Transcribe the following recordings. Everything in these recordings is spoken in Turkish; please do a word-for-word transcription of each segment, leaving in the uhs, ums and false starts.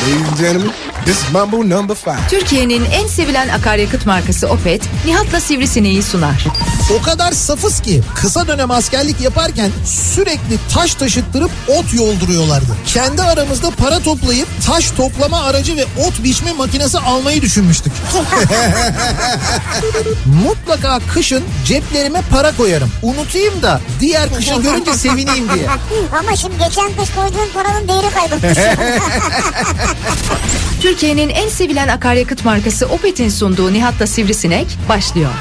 Ladies and gentlemen, this is Mambo number five. Türkiye'nin en sevilen akaryakıt markası Opet, Nihat'la Sivrisineği sunar. O kadar safız ki kısa dönem askerlik yaparken sürekli taş taşıttırıp ot yolduruyorlardı. Kendi aramızda para toplayıp taş toplama aracı ve ot biçme makinesi almayı düşünmüştük. Mutlaka kışın ceplerime para koyarım. Unutayım da diğer kışa görünce sevineyim diye. Ama şimdi geçen kış koyduğun paranın değeri kaybolmuş. Türkiye'nin en sevilen akaryakıt markası Opet'in sunduğu Nihat'la Sivrisinek başlıyor.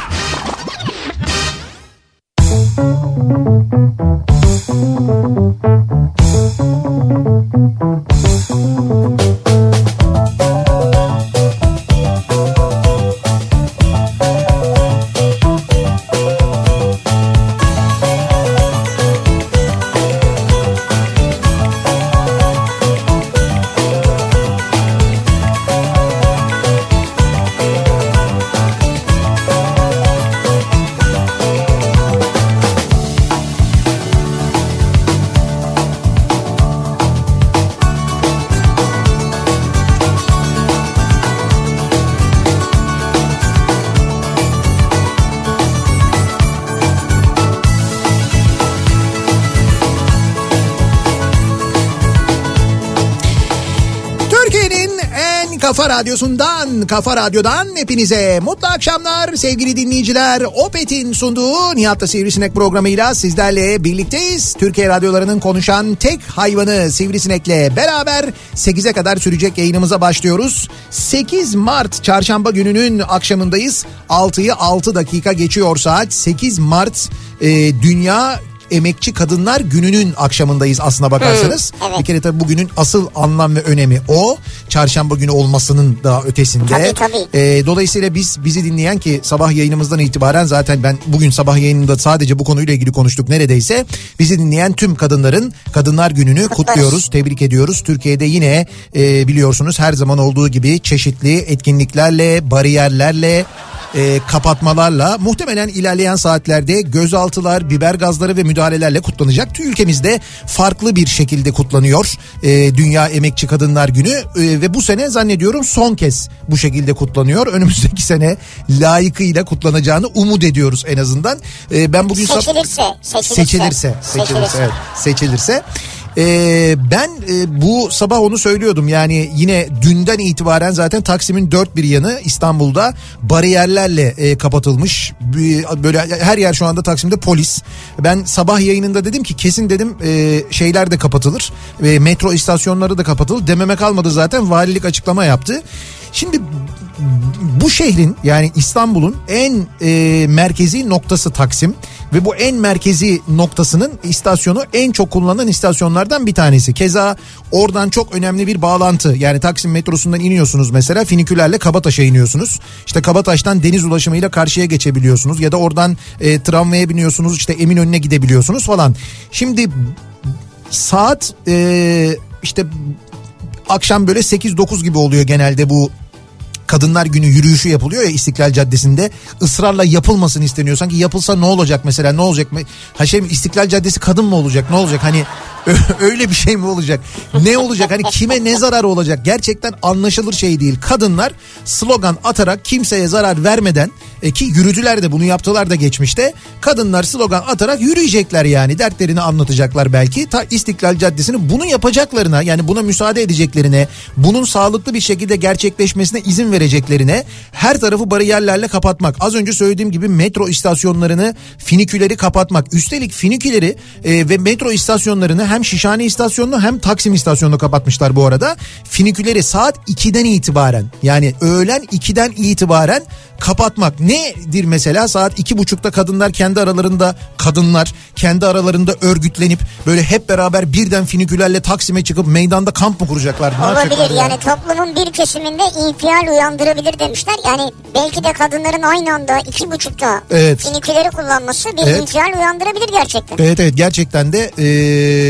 Kafa Radyosu'ndan, Kafa Radyo'dan hepinize mutlu akşamlar sevgili dinleyiciler. Opet'in sunduğu Nihat'la Sivrisinek programıyla sizlerle birlikteyiz. Türkiye radyolarının konuşan tek hayvanı Sivrisinek'le beraber sekize kadar sürecek yayınımıza başlıyoruz. sekiz Mart çarşamba gününün akşamındayız. altıyı altı dakika geçiyor saat. sekiz Mart e, Dünya Emekçi Kadınlar Günü'nün akşamındayız aslına bakarsanız. Hmm, evet. Bir kere tabii bugünün asıl anlam ve önemi o. Çarşamba günü olmasının da ötesinde. Tabii tabii. Ee, dolayısıyla biz bizi dinleyen ki sabah yayınımızdan itibaren zaten ben bugün sabah yayınında sadece bu konuyla ilgili konuştuk neredeyse. Bizi dinleyen tüm kadınların Kadınlar Günü'nü Kutlarız. Kutluyoruz, tebrik ediyoruz. Türkiye'de yine e, biliyorsunuz her zaman olduğu gibi çeşitli etkinliklerle, bariyerlerle, E, kapatmalarla muhtemelen ilerleyen saatlerde gözaltılar, biber gazları ve müdahalelerle kutlanacak. Tüm ülkemizde farklı bir şekilde kutlanıyor e, Dünya Emekçi Kadınlar Günü e, ve bu sene zannediyorum son kez bu şekilde kutlanıyor. Önümüzdeki sene layıkıyla kutlanacağını umut ediyoruz en azından. E, ben bugün seçilirse, seçilirse, seçilirse, seçilirse, evet, seçilirse. Ee, ben e, bu sabah onu söylüyordum yani yine dünden itibaren zaten Taksim'in dört bir yanı İstanbul'da bariyerlerle e, kapatılmış. Böyle her yer şu anda Taksim'de polis. Ben sabah yayınında dedim ki kesin dedim e, şeyler de kapatılır. E, metro istasyonları da kapatılır. Dememe kalmadı zaten, valilik açıklama yaptı. Şimdi bu şehrin yani İstanbul'un en e, merkezi noktası Taksim ve bu en merkezi noktasının istasyonu en çok kullanılan istasyonlardan bir tanesi. Keza oradan çok önemli bir bağlantı, yani Taksim metrosundan iniyorsunuz mesela, finikülerle Kabataş'a iniyorsunuz. İşte Kabataş'tan deniz ulaşımıyla karşıya geçebiliyorsunuz ya da oradan e, tramvaya biniyorsunuz, işte Eminönü'ne gidebiliyorsunuz falan. Şimdi saat e, işte akşam böyle sekiz dokuz gibi oluyor genelde bu Kadınlar Günü yürüyüşü yapılıyor ya İstiklal Caddesi'nde, ısrarla yapılmasını isteniyor. Sanki yapılsa ne olacak mesela, ne olacak mı? Ha şey mi, İstiklal Caddesi kadın mı olacak, ne olacak hani öyle bir şey mi olacak? Ne olacak hani, kime ne zararı olacak? Gerçekten anlaşılır şey değil. Kadınlar slogan atarak kimseye zarar vermeden e, ki yürüdüler de bunu yaptılar da geçmişte. Kadınlar slogan atarak yürüyecekler, yani dertlerini anlatacaklar belki. Ta İstiklal Caddesi'ni bunu yapacaklarına, yani buna müsaade edeceklerine, bunun sağlıklı bir şekilde gerçekleşmesine izin vereceklerine her tarafı bariyerlerle kapatmak. Az önce söylediğim gibi metro istasyonlarını, finiküleri kapatmak. Üstelik finiküleri e, ve metro istasyonlarını hem Şişhane istasyonunu hem Taksim istasyonunu kapatmışlar bu arada. Finiküleri saat ikiden itibaren, yani öğlen ikiden itibaren kapatmak. Nedir mesela? Saat iki buçukta kadınlar kendi aralarında kadınlar kendi aralarında örgütlenip böyle hep beraber birden finikülerle Taksim'e çıkıp meydanda kamp mı kuracaklar? Olabilir yani, toplumun bir kesiminde infial uyandırabilir demişler. Yani belki de kadınların aynı anda iki buçukta, evet, finiküleri kullanması bir evet. infial uyandırabilir gerçekten. Evet evet gerçekten de ee,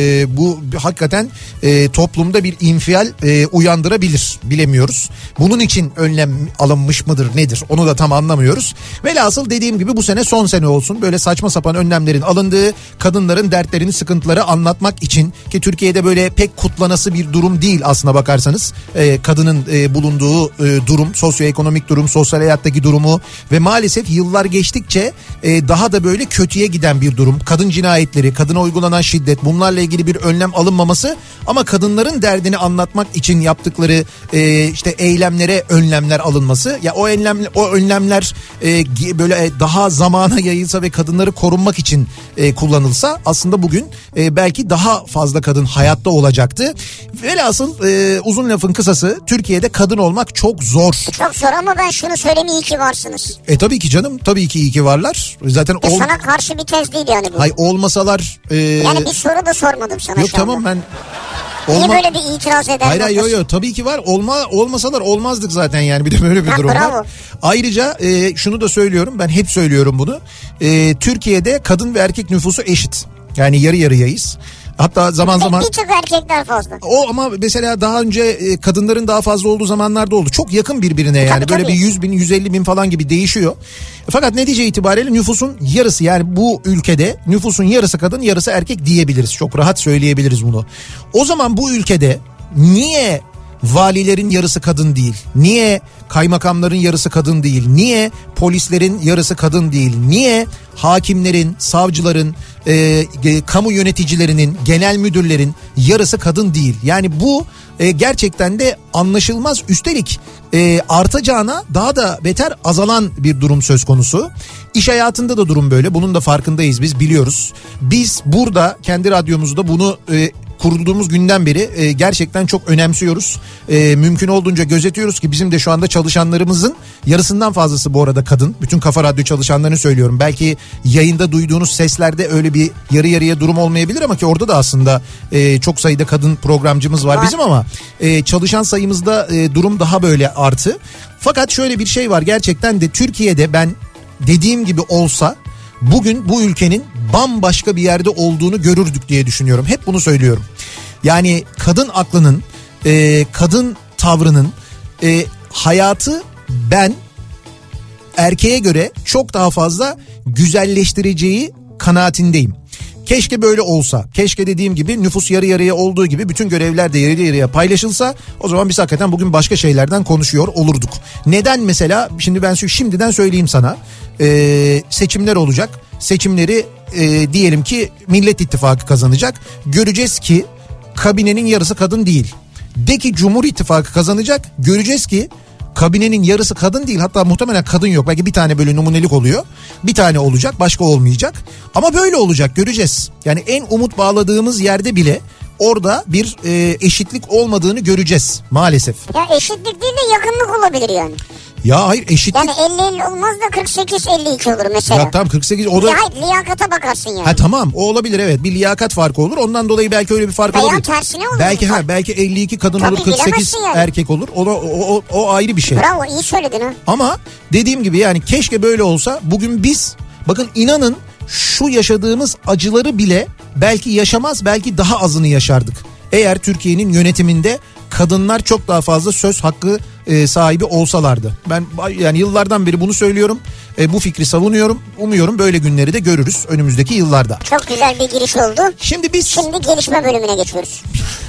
bu hakikaten e, toplumda bir infial e, uyandırabilir, bilemiyoruz. Bunun için önlem alınmış mıdır nedir onu da tam anlamıyoruz. Velhasıl dediğim gibi bu sene son sene olsun, böyle saçma sapan önlemlerin alındığı, kadınların dertlerini, sıkıntıları anlatmak için, ki Türkiye'de böyle pek kutlanası bir durum değil aslına bakarsanız e, kadının e, bulunduğu e, durum, sosyoekonomik durum, sosyal hayattaki durumu ve maalesef yıllar geçtikçe e, daha da böyle kötüye giden bir durum. Kadın cinayetleri, kadına uygulanan şiddet, bunlarla ilgili bir önlem alınmaması ama kadınların derdini anlatmak için yaptıkları e, işte eylemlere önlemler alınması. Ya o önlem o önlemler e, böyle daha zamana yayılsa ve kadınları korunmak için e, kullanılsa aslında bugün e, belki daha fazla kadın hayatta olacaktı. Velhasıl e, uzun lafın kısası, Türkiye'de kadın olmak çok zor. Çok zor ama ben şunu söyleyeyim, iyi ki varsınız. E tabii ki canım, tabii ki iyi ki varlar. Zaten e ol... sana karşı bir tez değil yani bu. Hay olmasalar. E... Yani bir soru da sormadım sana. Yok tamam ben. Olma... Niye böyle bir itiraz eder? Hayır hayır yok yok tabii ki var. Olma olmasalar olmazdık zaten yani, bir de böyle bir ha, durum bravo. var. Ayrıca e, şunu da söylüyorum, ben hep söylüyorum bunu. E, Türkiye'de kadın ve erkek nüfusu eşit. Yani yarı yarıyayız. Hatta zaman zaman... Bir tık erkekler fazla. O ama mesela daha önce kadınların daha fazla olduğu zamanlarda oldu. Çok yakın birbirine yani. Tabii, böyle tabii. Bir yüz bin, yüz elli bin falan gibi değişiyor. Fakat netice itibariyle nüfusun yarısı, yani bu ülkede nüfusun yarısı kadın, yarısı erkek diyebiliriz. Çok rahat söyleyebiliriz bunu. O zaman bu ülkede niye valilerin yarısı kadın değil? Niye kaymakamların yarısı kadın değil? Niye polislerin yarısı kadın değil? Niye hakimlerin, savcıların, e, e, kamu yöneticilerinin, genel müdürlerin yarısı kadın değil? Yani bu e, gerçekten de anlaşılmaz. Üstelik e, artacağına daha da beter azalan bir durum söz konusu. İş hayatında da durum böyle. Bunun da farkındayız, biz biliyoruz. Biz burada kendi radyomuzda bunu e, kurulduğumuz günden beri e, gerçekten çok önemsiyoruz. E, mümkün olduğunca gözetiyoruz ki bizim de şu anda çalışanlarımızın yarısından fazlası bu arada kadın. Bütün Kafa Radyo çalışanlarını söylüyorum. Belki yayında duyduğunuz seslerde öyle bir yarı yarıya durum olmayabilir ama ki orada da aslında e, çok sayıda kadın programcımız var bizim, ama e, çalışan sayımızda e, durum daha böyle artı. Fakat şöyle bir şey var, gerçekten de Türkiye'de ben dediğim gibi olsa bugün bu ülkenin bambaşka bir yerde olduğunu görürdük diye düşünüyorum. Hep bunu söylüyorum. Yani kadın aklının, e, kadın tavrının e, hayatı ben erkeğe göre çok daha fazla güzelleştireceği kanaatindeyim. Keşke böyle olsa. Keşke dediğim gibi nüfus yarı yarıya olduğu gibi bütün görevler de yarı yarıya paylaşılsa. O zaman biz hakikaten bugün başka şeylerden konuşuyor olurduk. Neden mesela? Şimdi ben şimdiden söyleyeyim sana. Ee, seçimler olacak. Seçimleri e, diyelim ki Millet İttifakı kazanacak. Göreceğiz ki kabinenin yarısı kadın değil. De ki Cumhur İttifakı kazanacak. Göreceğiz ki kabinenin yarısı kadın değil, hatta muhtemelen kadın yok. Belki bir tane böyle numunelik oluyor. Bir tane olacak, başka olmayacak. Ama böyle olacak, göreceğiz. Yani en umut bağladığımız yerde bile orada bir e, eşitlik olmadığını göreceğiz maalesef. Ya eşitlik değil de yakınlık olabilir yani. Ya hayır eşitlik. Yani elli elli olmaz da kırk sekiz elli iki olur mesela. Ya tamam kırk sekiz o da. Ya hayır, liyakata bakarsın yani. Ha tamam, o olabilir, evet, bir liyakat farkı olur. Ondan dolayı belki öyle bir fark Veya olabilir. tersine olur. Belki ha belki elli iki kadın tabii olur, kırk sekiz yani. Erkek olur. O, da, o, o, o ayrı bir şey. Bravo, iyi söyledin ha. Ama dediğim gibi yani keşke böyle olsa. Bugün biz bakın inanın şu yaşadığımız acıları bile belki yaşamaz, belki daha azını yaşardık. Eğer Türkiye'nin yönetiminde kadınlar çok daha fazla söz hakkı e, sahibi olsalardı. Ben yani yıllardan beri bunu söylüyorum. E, bu fikri savunuyorum. Umuyorum böyle günleri de görürüz önümüzdeki yıllarda. Çok güzel bir giriş oldu. Şimdi biz Şimdi gelişme bölümüne geçiyoruz.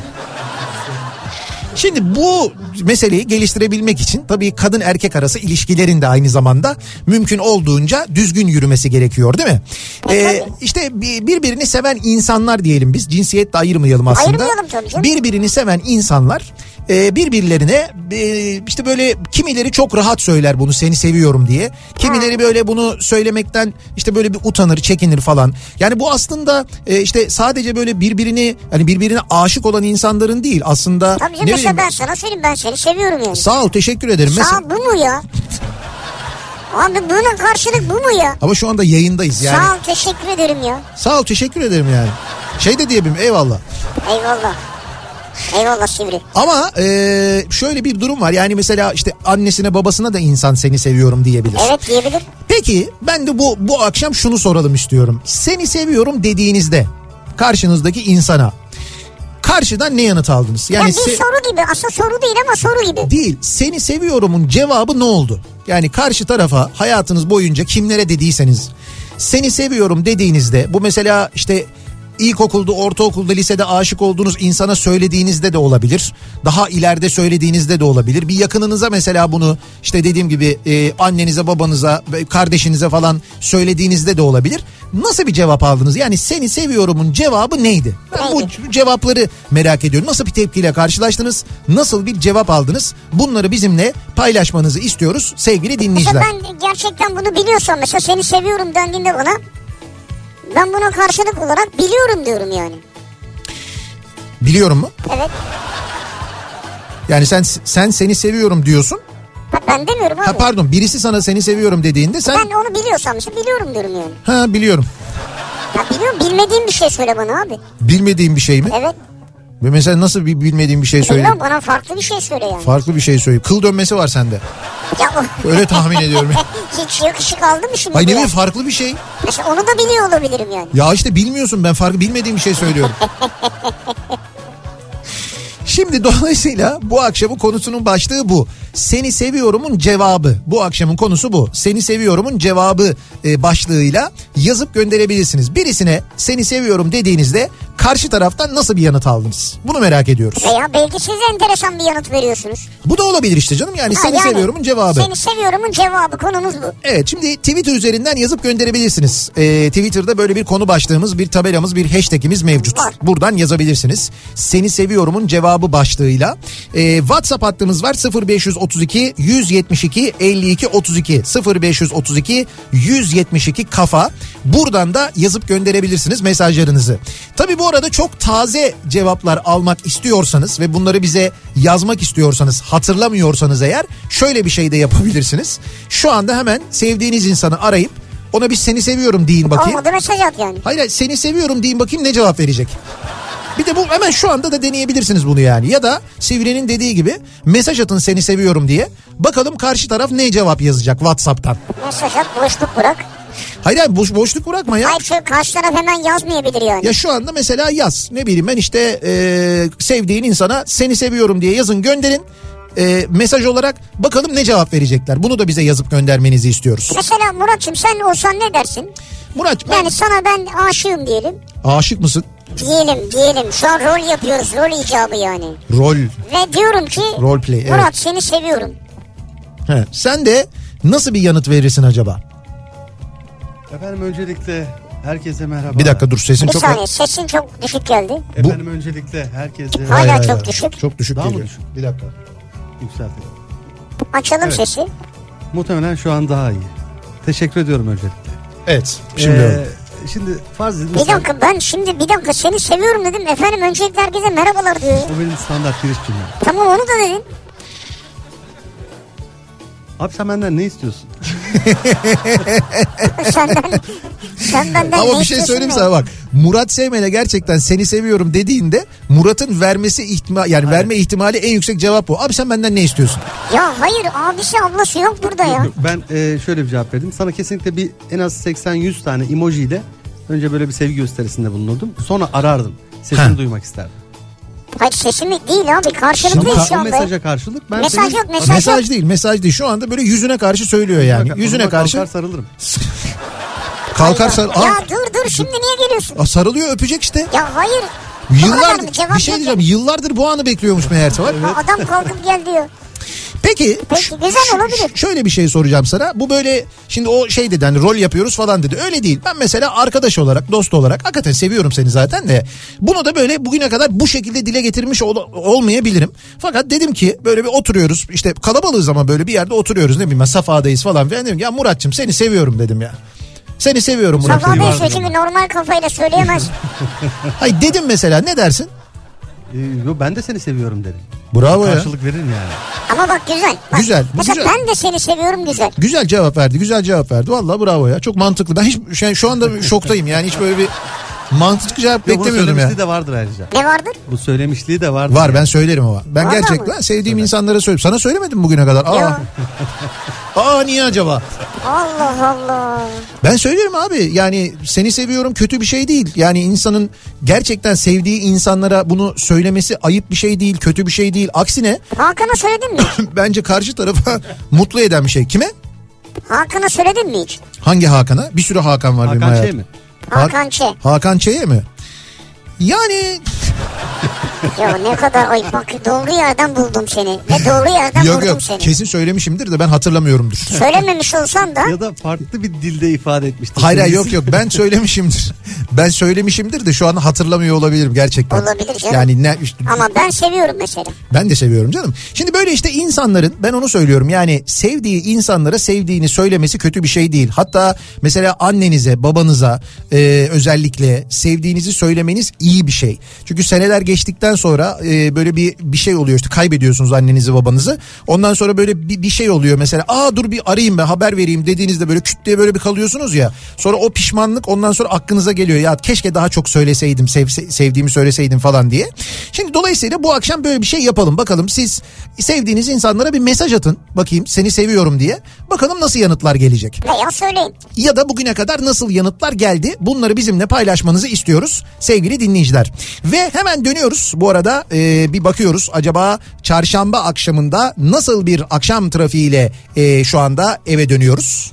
Şimdi bu meseleyi geliştirebilmek için tabii kadın erkek arası ilişkilerin de aynı zamanda mümkün olduğunca düzgün yürümesi gerekiyor, değil mi? E, ee, işte birbirini seven insanlar diyelim biz, cinsiyet de ayırmayalım aslında. Ayırmayalım tabii canım. Birbirini seven insanlar birbirlerine işte böyle kimileri çok rahat söyler bunu seni seviyorum diye. Kimileri böyle bunu söylemekten işte böyle bir utanır, çekinir falan. Yani bu aslında işte sadece böyle birbirini hani birbirine aşık olan insanların değil aslında. Tabii canım, mesela ben sana söyleyeyim, ben seni seviyorum yani. Sağ ol, teşekkür ederim. Sağ ol, bu mu ya? Abi buna karşılık bu mu ya? Ama şu anda yayındayız yani. Sağ ol, teşekkür ederim ya. Sağ ol, teşekkür ederim yani. Şey de diyebilirim, eyvallah. Eyvallah. Eyvallah Sivri. Ama e, şöyle bir durum var. Yani mesela işte annesine babasına da insan seni seviyorum diyebilir. Evet, diyebilir. Peki ben de bu bu akşam şunu soralım istiyorum. Seni seviyorum dediğinizde karşınızdaki insana Karşıdan ne yanıt aldınız? Yani Yani bir se- soru gibi, aslında soru değil ama soru gibi. Değil. Seni seviyorumun cevabı ne oldu? Yani karşı tarafa hayatınız boyunca kimlere dediyseniz seni seviyorum dediğinizde, bu mesela işte İlkokulda, ortaokulda, lisede aşık olduğunuz insana söylediğinizde de olabilir. Daha ileride söylediğinizde de olabilir. Bir yakınınıza mesela bunu işte dediğim gibi e, annenize, babanıza, kardeşinize falan söylediğinizde de olabilir. Nasıl bir cevap aldınız? Yani seni seviyorumun cevabı neydi? Ben bu cevapları merak ediyorum. Nasıl bir tepkiyle karşılaştınız? Nasıl bir cevap aldınız? Bunları bizimle paylaşmanızı istiyoruz sevgili dinleyiciler. Mesela ben gerçekten bunu biliyorsam, mesela seni seviyorum dendiğinde bana, ben buna karşılık olarak biliyorum diyorum yani. Biliyorum mu? Evet. Yani sen sen seni seviyorum diyorsun. Ha, ben demiyorum abi. Ha pardon, birisi sana seni seviyorum dediğinde sen... Ben onu biliyorsam mesela biliyorum diyorum yani. Ha biliyorum. Ya biliyorum, bilmediğim bir şey söyle bana abi. Bilmediğim bir şey mi? Evet. Ve mesela nasıl bir bilmediğim bir şey söyle? Bilmem, bana farklı bir şey söyle yani. Farklı bir şey söyle. Kıl dönmesi var sende. Ya o... Öyle tahmin ediyorum. Hiç yakışık aldı mı şimdi? Hayır ne ya? bileyim, farklı bir şey. Mesela onu da biliyor olabilirim yani. Ya işte bilmiyorsun, ben farklı bilmediğim bir şey söylüyorum. Şimdi dolayısıyla bu akşamın konusunun başlığı bu. Seni seviyorumun cevabı. Bu akşamın konusu bu. Seni seviyorumun cevabı e, başlığıyla yazıp gönderebilirsiniz. Birisine seni seviyorum dediğinizde karşı taraftan nasıl bir yanıt aldınız? Bunu merak ediyoruz. Veya belki siz enteresan bir yanıt veriyorsunuz. Bu da olabilir işte canım. Yani Ha, seni yani, seviyorumun cevabı. Seni seviyorumun cevabı, konumuz bu. Evet, şimdi Twitter üzerinden yazıp gönderebilirsiniz. Ee, Twitter'da böyle bir konu başlığımız, bir tabelamız, bir hashtagimiz mevcut. Var. Buradan yazabilirsiniz. Seni seviyorumun cevabı başlığıyla. Ee, WhatsApp hattımız var sıfır beş otuz iki yüz yetmiş iki elli iki otuz iki sıfır beş otuz iki yüz yetmiş iki kafa. Buradan da yazıp gönderebilirsiniz mesajlarınızı. Tabii bu arada çok taze cevaplar almak istiyorsanız ve bunları bize yazmak istiyorsanız, hatırlamıyorsanız eğer şöyle bir şey de yapabilirsiniz. Şu anda hemen sevdiğiniz insanı arayıp ona bir seni seviyorum deyin bakayım. Olmadı mesaj at yani. Hayır, hayır, seni seviyorum deyin bakayım ne cevap verecek. Bir de bu hemen şu anda da deneyebilirsiniz bunu yani. Ya da Sivri'nin dediği gibi mesaj atın seni seviyorum diye. Bakalım karşı taraf ne cevap yazacak WhatsApp'tan. Mesaj at, boşluk bırak. Hayır hayır, boş, boşluk bırakma ya. Hayır, şu karşı taraf hemen yazmayabilir yani. Ya şu anda mesela yaz. Ne bileyim ben işte e, sevdiğin insana seni seviyorum diye yazın, gönderin. E, mesaj olarak bakalım ne cevap verecekler. Bunu da bize yazıp göndermenizi istiyoruz. Mesela Murat'cığım, sen olsan ne dersin? Murat, ben... Yani sana ben aşığım diyelim. Aşık mısın? Diyelim diyelim şu an rol yapıyoruz, rol icabı yani. Rol. Ve diyorum ki Rol play, Murat evet. seni seviyorum. He, sen de nasıl bir yanıt verirsin acaba? Efendim öncelikle herkese merhaba. Bir dakika dur, sesin Bir çok... saniye, sesin çok düşük geldi. Efendim öncelikle herkese... Hala Hayır, hayır, çok hayır. düşük. Çok düşük Daha mı geliyor. düşük? Bir dakika. Yükseltelim. Açalım Evet. sesi. Muhtemelen şu an daha iyi. Teşekkür ediyorum öncelikle. Evet. Şimdi Ee, şimdi farz edin. Bir dakika, ben şimdi bir dakika seni seviyorum dedim. Efendim öncelikle herkese merhabalar diyor. O benim standart giriş cümlem. Tamam, onu da dedim. Abi sen benden ne istiyorsun? Senden, sen benden ama ne bir şey istiyorsun söyleyeyim ne? sana bak. Murat Sevmen'e gerçekten seni seviyorum dediğinde Murat'ın vermesi ihtimal yani Hayır. verme ihtimali en yüksek cevap bu. Abi sen benden ne istiyorsun? Ya hayır, abisi ablası yok burada ya. Ben e, şöyle bir cevap verdim. Sana kesinlikle bir en az seksen yüz tane emojiyle önce böyle bir sevgi gösterisinde bulunurdum. Sonra arardım. Sesini Ha. duymak isterdim. Hayır, sesimi değil abi, karşılıklıyız Ama şu o anda. mesaja karşılık ben Mesaj senin... yok, mesaj, Mesaj yok. değil, mesaj değil. Şu anda böyle yüzüne karşı söylüyor yani. Bak, Yüzüne onunla karşı kalkar sarılırım. kalkar sar. Ya Aa, dur dur, şimdi niye geliyorsun? aa, sarılıyor, öpecek işte. Ya hayır. Bu kadar mı? Yıllardır Cevap bir şey yok diyeceğim. ya. Yıllardır bu anı bekliyormuş meğerse var. Ha, adam kalkıp gel diyor. Peki, Peki, ş- güzel ş- olabilir. şöyle bir şey soracağım sana. Bu böyle şimdi o şey dedi, hani rol yapıyoruz falan dedi. Öyle değil. Ben mesela arkadaş olarak, dost olarak hakikaten seviyorum seni zaten de. Bunu da böyle bugüne kadar bu şekilde dile getirmiş ol- olmayabilirim. Fakat dedim ki böyle bir oturuyoruz. İşte kalabalığız ama böyle bir yerde oturuyoruz. Ne bileyim ben, Safa'dayız falan filan. Dedim ki ya Murat'cığım seni seviyorum dedim ya. Seni seviyorum Murat. Sabah dedim. beş ve çünkü normal kafayla söyleyemez. Hayır dedim mesela, ne dersin? Ee, yo, ben de seni seviyorum dedim. Bravo ya. Karşılık veririm yani. Ama bak güzel. Bak, Güzel, bu mesela güzel. ben de seni seviyorum, güzel. Güzel cevap verdi. Güzel cevap verdi. Vallahi bravo ya. Çok mantıklı. Ben hiç şu, şu anda şoktayım yani, hiç böyle bir mantıklı cevap Yo, bunun beklemiyordum ya. söylemişliği de vardır ayrıca. Ne vardır? Bu söylemişliği de vardır. Var, yani. ben söylerim ama. Ben Vallahi gerçekten mı? sevdiğim insanlara söylerim. Sana söylemedim bugüne kadar. Aa. Ya. Aa niye acaba? Allah Allah. Ben söylüyorum abi, yani seni seviyorum kötü bir şey değil. Yani insanın gerçekten sevdiği insanlara bunu söylemesi ayıp bir şey değil, kötü bir şey değil. Aksine Hakan'a söyledin mi? bence karşı tarafa mutlu eden bir şey. Kime? Hakan'a söyledin mi hiç? Hangi Hakan'a? Bir sürü Hakan var benim Hakan Ç hayatımda. mi? Hakan Ç. Hakan Ç'ye mi? Yani Ya ne kadar ayıp, bak doğru yerden buldum seni. Ve doğru yerden yok vurdum yok seni. kesin söylemişimdir de ben hatırlamıyorumdur. Söylememiş olsan da. Ya da farklı bir dilde ifade etmiştir. Hayır hayır, yok yok ben söylemişimdir. Ben söylemişimdir de şu an hatırlamıyor olabilirim gerçekten. Olabilir canım. Yani ne işte, Ama ben seviyorum mesela. ben de seviyorum canım. Şimdi böyle işte insanların, ben onu söylüyorum, yani sevdiği insanlara sevdiğini söylemesi kötü bir şey değil. Hatta mesela annenize, babanıza e, özellikle sevdiğinizi söylemeniz iyi bir şey. Çünkü seneler geçtikten sonra e, böyle bir bir şey oluyor, işte kaybediyorsunuz annenizi babanızı. Ondan sonra böyle bir, bir şey oluyor mesela, aa dur bir arayayım ben, haber vereyim dediğinizde böyle küt diye böyle bir kalıyorsunuz ya. Sonra o pişmanlık ondan sonra aklınıza geliyor, ya keşke daha çok söyleseydim, sev, sevdiğimi söyleseydim falan diye. Şimdi dolayısıyla bu akşam böyle bir şey yapalım. Bakalım siz sevdiğiniz insanlara bir mesaj atın. Bakayım seni seviyorum diye. Bakalım nasıl yanıtlar gelecek. Veya söyleyin. Ya da bugüne kadar nasıl yanıtlar geldi, bunları bizimle paylaşmanızı istiyoruz sevgili dinleyiciler. Ve hemen dönüyoruz bu arada, e, bir bakıyoruz acaba çarşamba akşamında nasıl bir akşam trafiğiyle e, şu anda eve dönüyoruz.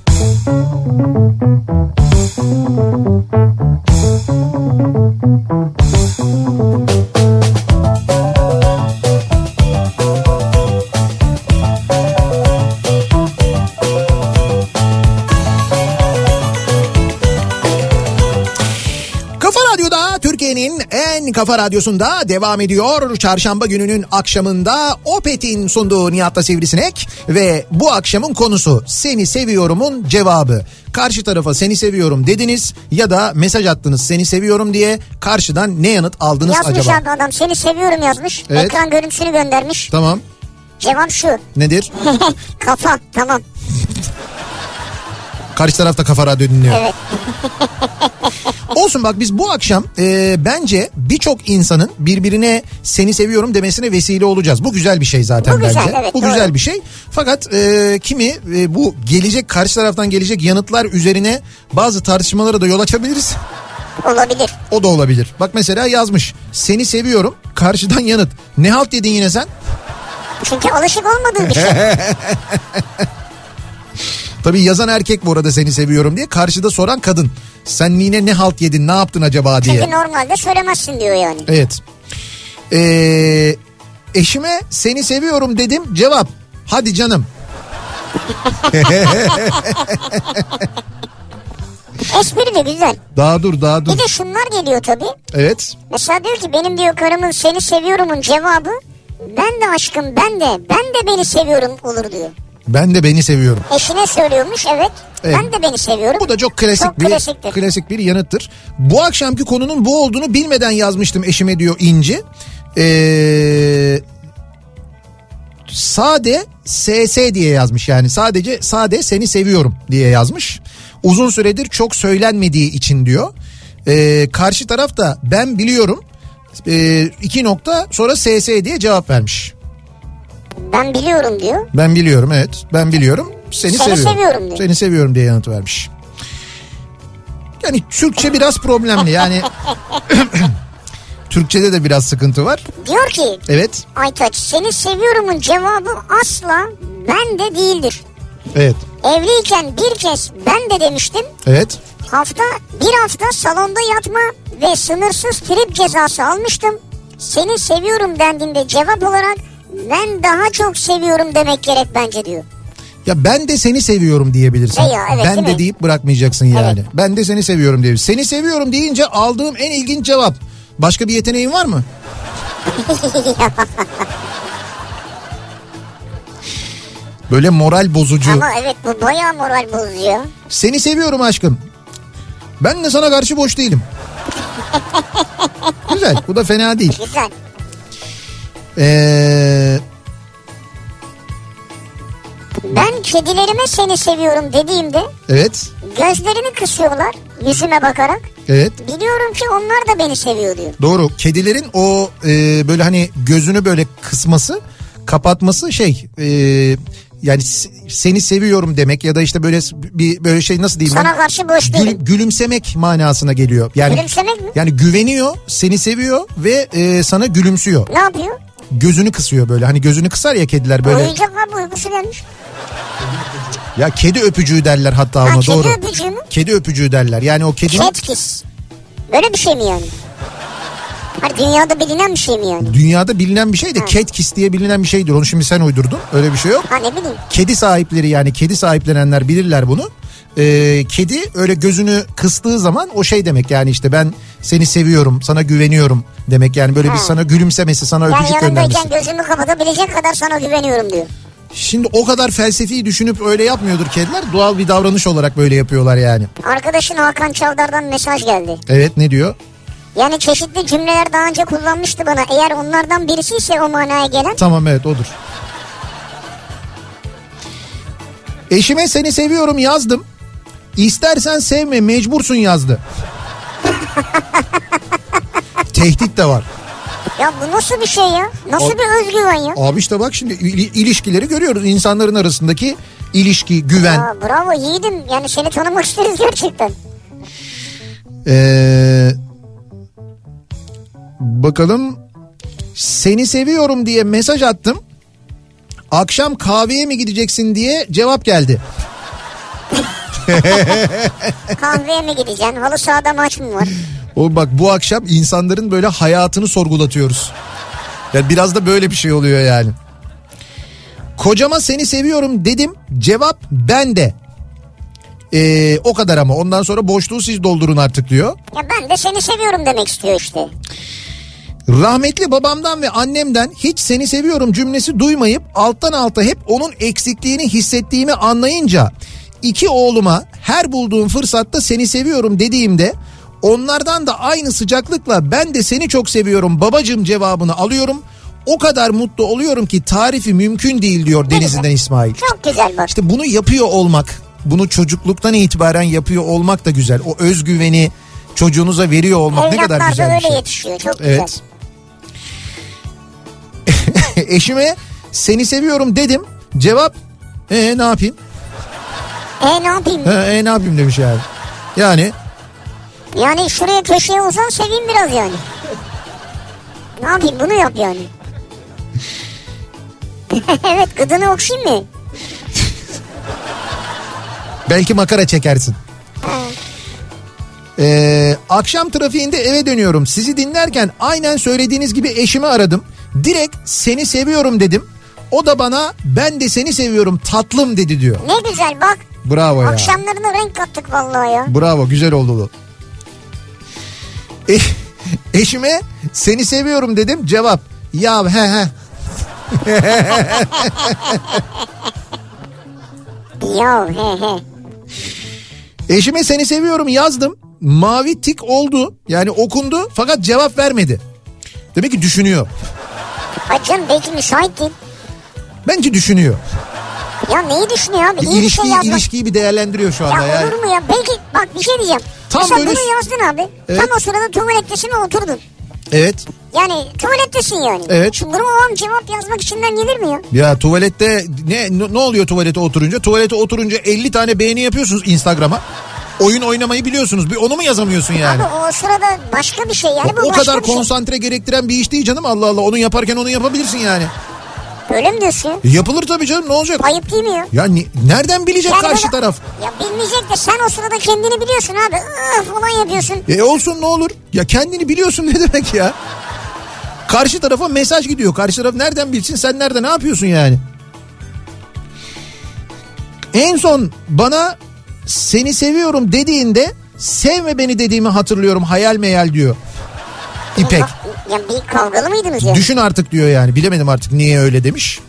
Türkiye'nin en kafa radyosunda devam ediyor. Çarşamba gününün akşamında Opet'in sunduğu Nihat'la Sivrisinek ve bu akşamın konusu seni seviyorumun cevabı. Karşı tarafa seni seviyorum dediniz ya da mesaj attınız seni seviyorum diye, karşıdan ne yanıt aldınız yazmış acaba? Yazmış adam seni seviyorum yazmış. Evet. Ekran görüntüsünü göndermiş. Tamam. Cevap şu. Nedir? Kafa, tamam. Karşı tarafta Kafa Radyo dinliyor. Evet. Olsun, bak biz bu akşam e, bence birçok insanın birbirine seni seviyorum demesine vesile olacağız. Bu güzel bir şey zaten bu güzel, bence. Evet, bu doğru. güzel bir şey. Fakat e, kimi e, bu gelecek, karşı taraftan gelecek yanıtlar üzerine bazı tartışmalara da yol açabiliriz. Olabilir. O da olabilir. Bak mesela yazmış seni seviyorum, karşıdan yanıt ne halt yedin yine sen? Çünkü alışık olmadığı bir şey. Tabii yazan erkek bu arada seni seviyorum diye, karşıda soran kadın. Sen yine ne halt yedin, ne yaptın acaba diye. Çünkü normalde söylemezsin diyor yani. Evet. Ee, eşime seni seviyorum dedim, cevap hadi canım. Espri de güzel. Daha dur daha dur. Bir de şunlar geliyor tabii. Evet. Mesela diyor ki benim diyor karımın seni seviyorumun cevabı ben de aşkım ben de ben de beni seviyorum olur diyor. Ben de beni seviyorum. Eşine söylüyormuş, evet. Evet. Ben de beni seviyorum. Bu da çok klasik çok bir klasiktir. klasik bir yanıttır. Bu akşamki konunun bu olduğunu bilmeden yazmıştım eşime diyor İnci. Ee, sade S S diye yazmış, yani sadece sade seni seviyorum diye yazmış. Uzun süredir çok söylenmediği için diyor. Ee, karşı taraf da ben biliyorum e, iki nokta sonra S S diye cevap vermiş. Ben biliyorum diyor. Ben biliyorum, evet ben biliyorum. Seni, Seni seviyorum. seviyorum diyor. Seni seviyorum diye yanıt vermiş. Yani Türkçe biraz problemli yani. Türkçede de biraz sıkıntı var. Diyor ki Evet. Aytaç seni seviyorumun cevabı asla ben de değildir. Evet. Evliyken bir kez ben de demiştim. Evet. Hafta bir hafta salonda yatma ve sınırsız trip cezası almıştım. Seni seviyorum dendiğinde cevap olarak ben daha çok seviyorum demek gerek bence diyor. Ya ben de seni seviyorum diyebilirsin. Veya, evet, ben de mi? deyip bırakmayacaksın yani. Evet. Ben de seni seviyorum diyebilirsin. Seni seviyorum deyince aldığım en ilginç cevap. Başka bir yeteneğin var mı? Böyle moral bozucu. Ama evet bu bayağı moral bozuyor. Seni seviyorum aşkım. Ben de sana karşı boş değilim. Güzel, bu da fena değil. Güzel. Ee, Ben kedilerime seni seviyorum dediğimde evet, gözlerini kısıyorlar yüzüme bakarak. evet. Biliyorum ki onlar da beni seviyor diyor. Doğru. Kedilerin o e, böyle hani gözünü böyle kısması, kapatması şey, e, Yani seni seviyorum demek ya da işte böyle bir böyle şey nasıl diyeyim? Sana karşı boş Gül, değilim. Gülümsemek manasına geliyor. Yani, Gülümsemek mi? Yani güveniyor, seni seviyor ve e, sana gülümsüyor. Ne yapıyor? Gözünü kısıyor böyle. Hani gözünü kısar ya kediler böyle. Uyuyacak abi, uykusu gelmiş. Ya kedi öpücüğü derler hatta Ha, ona, kedi doğru. öpücüğü mü? Kedi öpücüğü derler. Yani o kedi. Cat kiss. Böyle bir şey mi yani? Hani dünyada bilinen bir şey mi yani? Dünyada bilinen bir şey de ha. cat kiss diye bilinen bir şeydir. Onu şimdi sen uydurdun. Öyle bir şey yok. Ha, ne bileyim. Kedi sahipleri, yani kedi sahiplenenler bilirler bunu. Ee, kedi öyle gözünü kıstığı zaman o şey demek, yani işte ben seni seviyorum, sana güveniyorum demek, yani böyle ha. bir sana gülümsemesi, sana yani öpücük göndermesi. Yani yanındayken gözümü kapatabilecek kadar sana güveniyorum diyor. Şimdi o kadar felsefi düşünüp öyle yapmıyordur kediler. Doğal bir davranış olarak böyle yapıyorlar yani. Arkadaşın Hakan Çavdar'dan mesaj geldi. Evet, ne diyor? Yani çeşitli cümleler daha önce kullanmıştı bana. Eğer onlardan birisi ise o manaya gelen. Tamam, evet, odur. Eşime seni seviyorum yazdım. İstersen sevme, mecbursun yazdı. Tehdit de var. Ya bu nasıl bir şey ya? Nasıl o, bir özgüven ya? Abi işte bak şimdi ilişkileri görüyoruz. İnsanların arasındaki ilişki, güven. Aa, bravo yiğidim. Yani seni tanımak isteriz gerçekten. Ee, bakalım. Seni seviyorum diye mesaj attım. Akşam kahveye mi gideceksin diye cevap geldi. Kahveye mi gideceksin? Halı sahada maç mı var? O bak, bu akşam insanların böyle hayatını sorgulatıyoruz. Yani biraz da böyle bir şey oluyor yani. Kocama seni seviyorum dedim. Cevap ben de. Ee, o kadar ama ondan sonra boşluğu siz doldurun artık diyor. Ya ben de seni seviyorum demek istiyor işte. Rahmetli babamdan ve annemden hiç seni seviyorum cümlesi duymayıp alttan alta hep onun eksikliğini hissettiğimi anlayınca iki oğluma her bulduğum fırsatta seni seviyorum dediğimde onlardan da aynı sıcaklıkla ben de seni çok seviyorum babacığım cevabını alıyorum. O kadar mutlu oluyorum ki tarifi mümkün değil diyor Denizli'den İsmail. Çok güzel bak. İşte bunu yapıyor olmak, bunu çocukluktan itibaren yapıyor olmak da güzel. O özgüveni çocuğunuza veriyor olmak evlatlar ne kadar güzel bir şey. Evlatlar da öyle yetişiyor, çok güzel. Evet. Eşime seni seviyorum dedim. Cevap ee ne yapayım? E ne yapayım? He, e ne yapayım demiş yani. Yani. Yani şuraya köşeye uzan seveyim biraz yani. Ne yapayım, bunu yap yani. Evet, gıdını okşayayım mı? Belki makara çekersin. Ee, akşam trafiğinde eve dönüyorum. Sizi dinlerken aynen söylediğiniz gibi eşimi aradım. Direkt seni seviyorum dedim. O da bana ben de seni seviyorum tatlım dedi diyor. Ne güzel bak. Bravo ya. Akşamlarına renk kattık vallahi ya. Bravo, güzel oldu bu. E, eşime seni seviyorum dedim. Cevap ya he he. Ya he he. Eşime seni seviyorum yazdım. Mavi tik oldu. Yani okundu fakat cevap vermedi. Demek ki düşünüyor. Ay canım, belki müsait değil. Bence düşünüyor. Ya neyi düşünüyor abi? İyi İlişkiyi, bir şey yazmak. ilişkiyi bir değerlendiriyor şu anda. Ya yani. olur mu ya? Belki bak bir şey diyeceğim. Tam Mesela böyle... bunu yazdın abi. Evet. Tam o sırada tuvalettesin ve oturdun. Evet. Yani tuvalettesin yani. Evet. Şimdi bunu o an cevap yazmak içinden gelir mi ya? Ya tuvalette ne ne oluyor tuvalete oturunca? Tuvalete oturunca elli tane beğeni yapıyorsunuz Instagram'a. Oyun oynamayı biliyorsunuz. Bir onu mu yazamıyorsun yani? Abi o sırada başka bir şey yani. Bu o başka kadar bir şey. konsantre gerektiren bir iş değil canım, Allah Allah. Onu yaparken onu yapabilirsin yani. Öyle mi diyorsun? Yapılır tabii canım, ne olacak? Ayıp değil mi ya? Ya ni- nereden bilecek Yani karşı böyle- taraf? Ya bilmeyecek de sen o sırada kendini biliyorsun abi. Ih falan yapıyorsun. E olsun, ne olur. Ya kendini biliyorsun ne demek ya? Karşı tarafa mesaj gidiyor. Karşı taraf nereden bilsin, sen nerede ne yapıyorsun yani? En son bana seni seviyorum dediğinde sevme beni dediğimi hatırlıyorum, hayal meyal diyor. İpek. Ya bir kavgalı mıydınız ya? Düşün artık diyor yani. Bilemedim artık niye öyle demiş.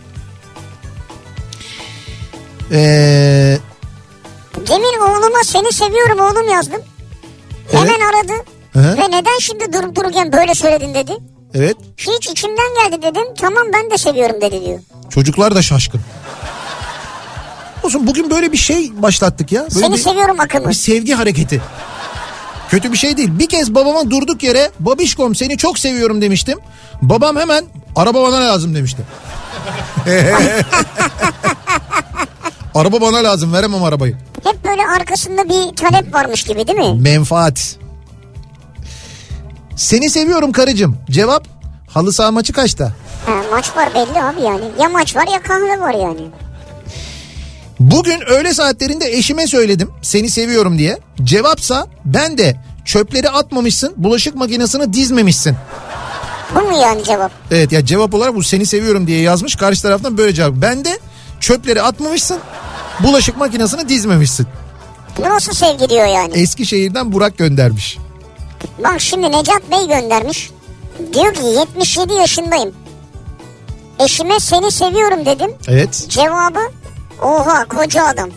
Ee... Demin oğluma seni seviyorum oğlum yazdım. Hemen Evet. aradı. Hı-hı. Ve neden şimdi durup dururken böyle söyledin dedi. Evet. Hiç içimden geldi dedim. Tamam ben de seviyorum dedi diyor. Çocuklar da şaşkın. Olsun, bugün böyle bir şey başlattık ya. Böyle Seni bir, seviyorum akımı. bir sevgi hareketi. Kötü bir şey değil. Bir kez babama durduk yere babişkom seni çok seviyorum demiştim. Babam hemen araba bana lazım demişti. Araba bana lazım, veremem arabayı. Hep böyle arkasında bir talep varmış gibi değil mi? Menfaat. Seni seviyorum karıcığım. Cevap, halı saha maçı kaçta? Ha, maç var belli abi yani. Ya maç var ya kahve var yani. Bugün öğle saatlerinde eşime söyledim seni seviyorum diye. Cevapsa ben de çöpleri atmamışsın, bulaşık makinesini dizmemişsin. Bu mu yani cevap? Evet ya, cevap olarak bu seni seviyorum diye yazmış, karşı taraftan böyle cevap. Ben de çöpleri atmamışsın, bulaşık makinesini dizmemişsin. Bu nasıl sevgi diyor yani? Eskişehir'den Burak göndermiş. Bak şimdi Necat Bey göndermiş. Diyor ki yetmiş yedi yaşındayım. Eşime seni seviyorum dedim. Evet. Cevabı oha koca adam.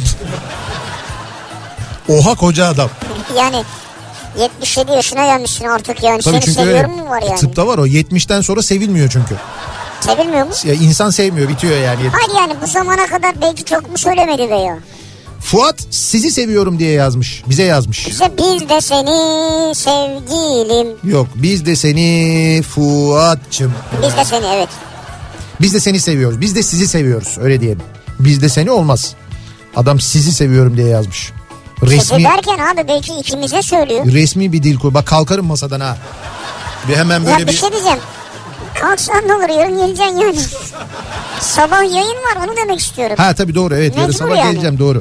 Oha koca adam. Yani yetmiş yedi yaşına gelmişsin artık yani. Tabii, seni seviyorum mu var yani? Tıpta var o, yetmişten sonra sevilmiyor çünkü. Sevilmiyor mu? Ya insan sevmiyor, bitiyor yani. Hayır yani bu zamana kadar belki çok mu söylemedi veya? Fuat sizi seviyorum diye yazmış. Bize yazmış. Bize biz de seni sevgilim. Yok, biz de seni Fuat'cığım. Biz de seni, evet. Biz de seni seviyoruz. Biz de sizi seviyoruz, öyle diyelim. Biz de seni olmaz. Adam sizi seviyorum diye yazmış. Resmi, Sizi derken abi belki ikimize söylüyor. resmi bir dil kur. Bak kalkarım masadan ha. Bir hemen böyle Ya bir bir... şey diyeceğim. Kalksan ne olur, yarın geleceksin yani. Sabah yayın var, onu demek istiyorum. Ha tabii doğru, evet, yarın Mecbur sabah yani. geleceğim, doğru.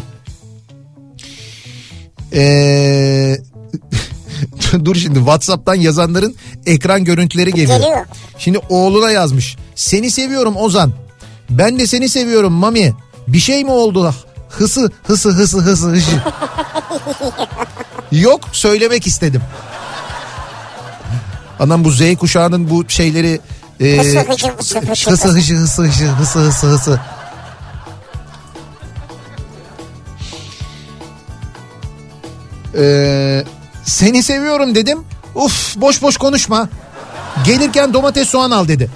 Ee... Dur şimdi, WhatsApp'tan yazanların ekran görüntüleri geliyor. Geliyor. Şimdi oğluna yazmış. Seni seviyorum Ozan. Ben de seni seviyorum Mami. Bir şey mi oldu? Hısı hısı hısı hısı hısı. Yok, söylemek istedim. Anam bu Z kuşağının bu şeyleri... E, Hısı hısı hısı hısı. hısı hısı hısı hısı hısı hısı hısı. Ee, seni seviyorum dedim. Uf, boş boş konuşma. Gelirken domates soğan al dedi.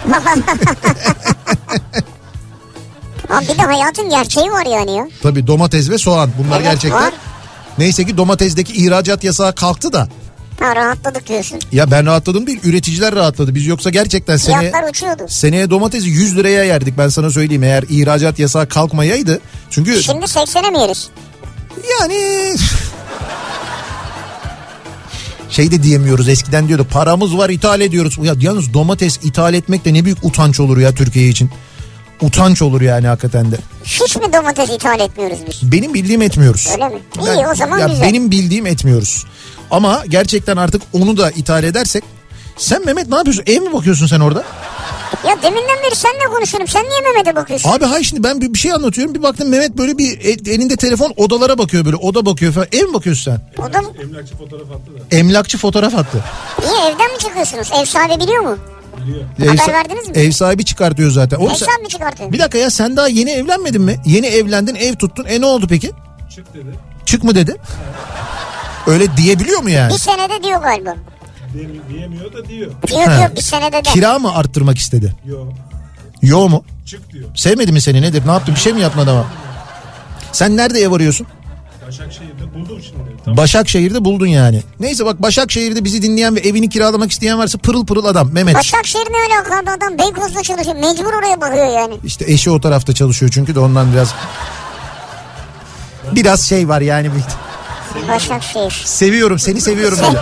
Abi bir de hayatın gerçeği var yani ya. Tabii, domates ve soğan, bunlar Evet, gerçekten. var. Neyse ki domatesdeki ihracat yasağı kalktı da. Ha, rahatladık diyorsun. Ya ben rahatladım değil, üreticiler rahatladı. Biz yoksa gerçekten seneye, Fiyatlar uçuyordu. seneye domatesi yüz liraya yerdik, ben sana söyleyeyim, eğer ihracat yasağı kalkmayaydı. Çünkü Şimdi seksene mi yeriz? yani şey de diyemiyoruz, eskiden diyordu paramız var ithal ediyoruz. Ya yalnız domates ithal etmek de ne büyük utanç olur ya Türkiye için. Utanç olur yani hakikaten de. Hiç mi domates ithal etmiyoruz biz? Benim bildiğim etmiyoruz. Öyle mi? İyi, Ben- o zaman ya güzel. Benim bildiğim etmiyoruz. Ama gerçekten artık onu da ithal edersek. Sen Mehmet ne yapıyorsun? Ev mi bakıyorsun sen orada? Ya deminden beri seninle konuşuyorum. Sen niye Mehmet'e bakıyorsun? Abi hayır, şimdi ben bir bir şey anlatıyorum. Bir baktım Mehmet böyle bir el- elinde telefon, odalara bakıyor böyle. Oda bakıyor falan. Ev mi bakıyorsun sen? O da Emlakçı fotoğraf attı da. Emlakçı fotoğraf attı. niye, evden mi çıkıyorsunuz? Ev sahibi biliyor mu? Ev, Haber sa- verdiniz mi? Ev sahibi çıkartıyor zaten. Oğlum Ev sen- sahibi mi çıkartıyor? bir dakika ya, sen daha yeni evlenmedin mi? Yeni evlendin, ev tuttun. E ne oldu peki? Çık dedi. Çık mı dedi? Öyle diyebiliyor mu yani? Bir senede diyor galiba. Diyem- Diyemiyor da diyor. Diyor Ha. diyor bir senede de. Kira mı arttırmak istedi? Yo. Yo mu? Çık diyor. Sevmedi mi seni, nedir? Ne yaptı? Bir şey mi yaptın adama? Sen nerede ev arıyorsun? Başakşehir'de buldum şimdi. Tamam. Başakşehir'de buldun yani. Neyse bak, Başakşehir'de bizi dinleyen ve evini kiralamak isteyen varsa pırıl pırıl adam Mehmet. Başakşehir ne öyle abi, adam Beykoz'da çalışıyor. Mecbur oraya bakıyor yani. İşte eşi o tarafta çalışıyor çünkü de ondan biraz... Biraz şey var yani. Başakşehir. Seviyorum seni, seviyorum dedi.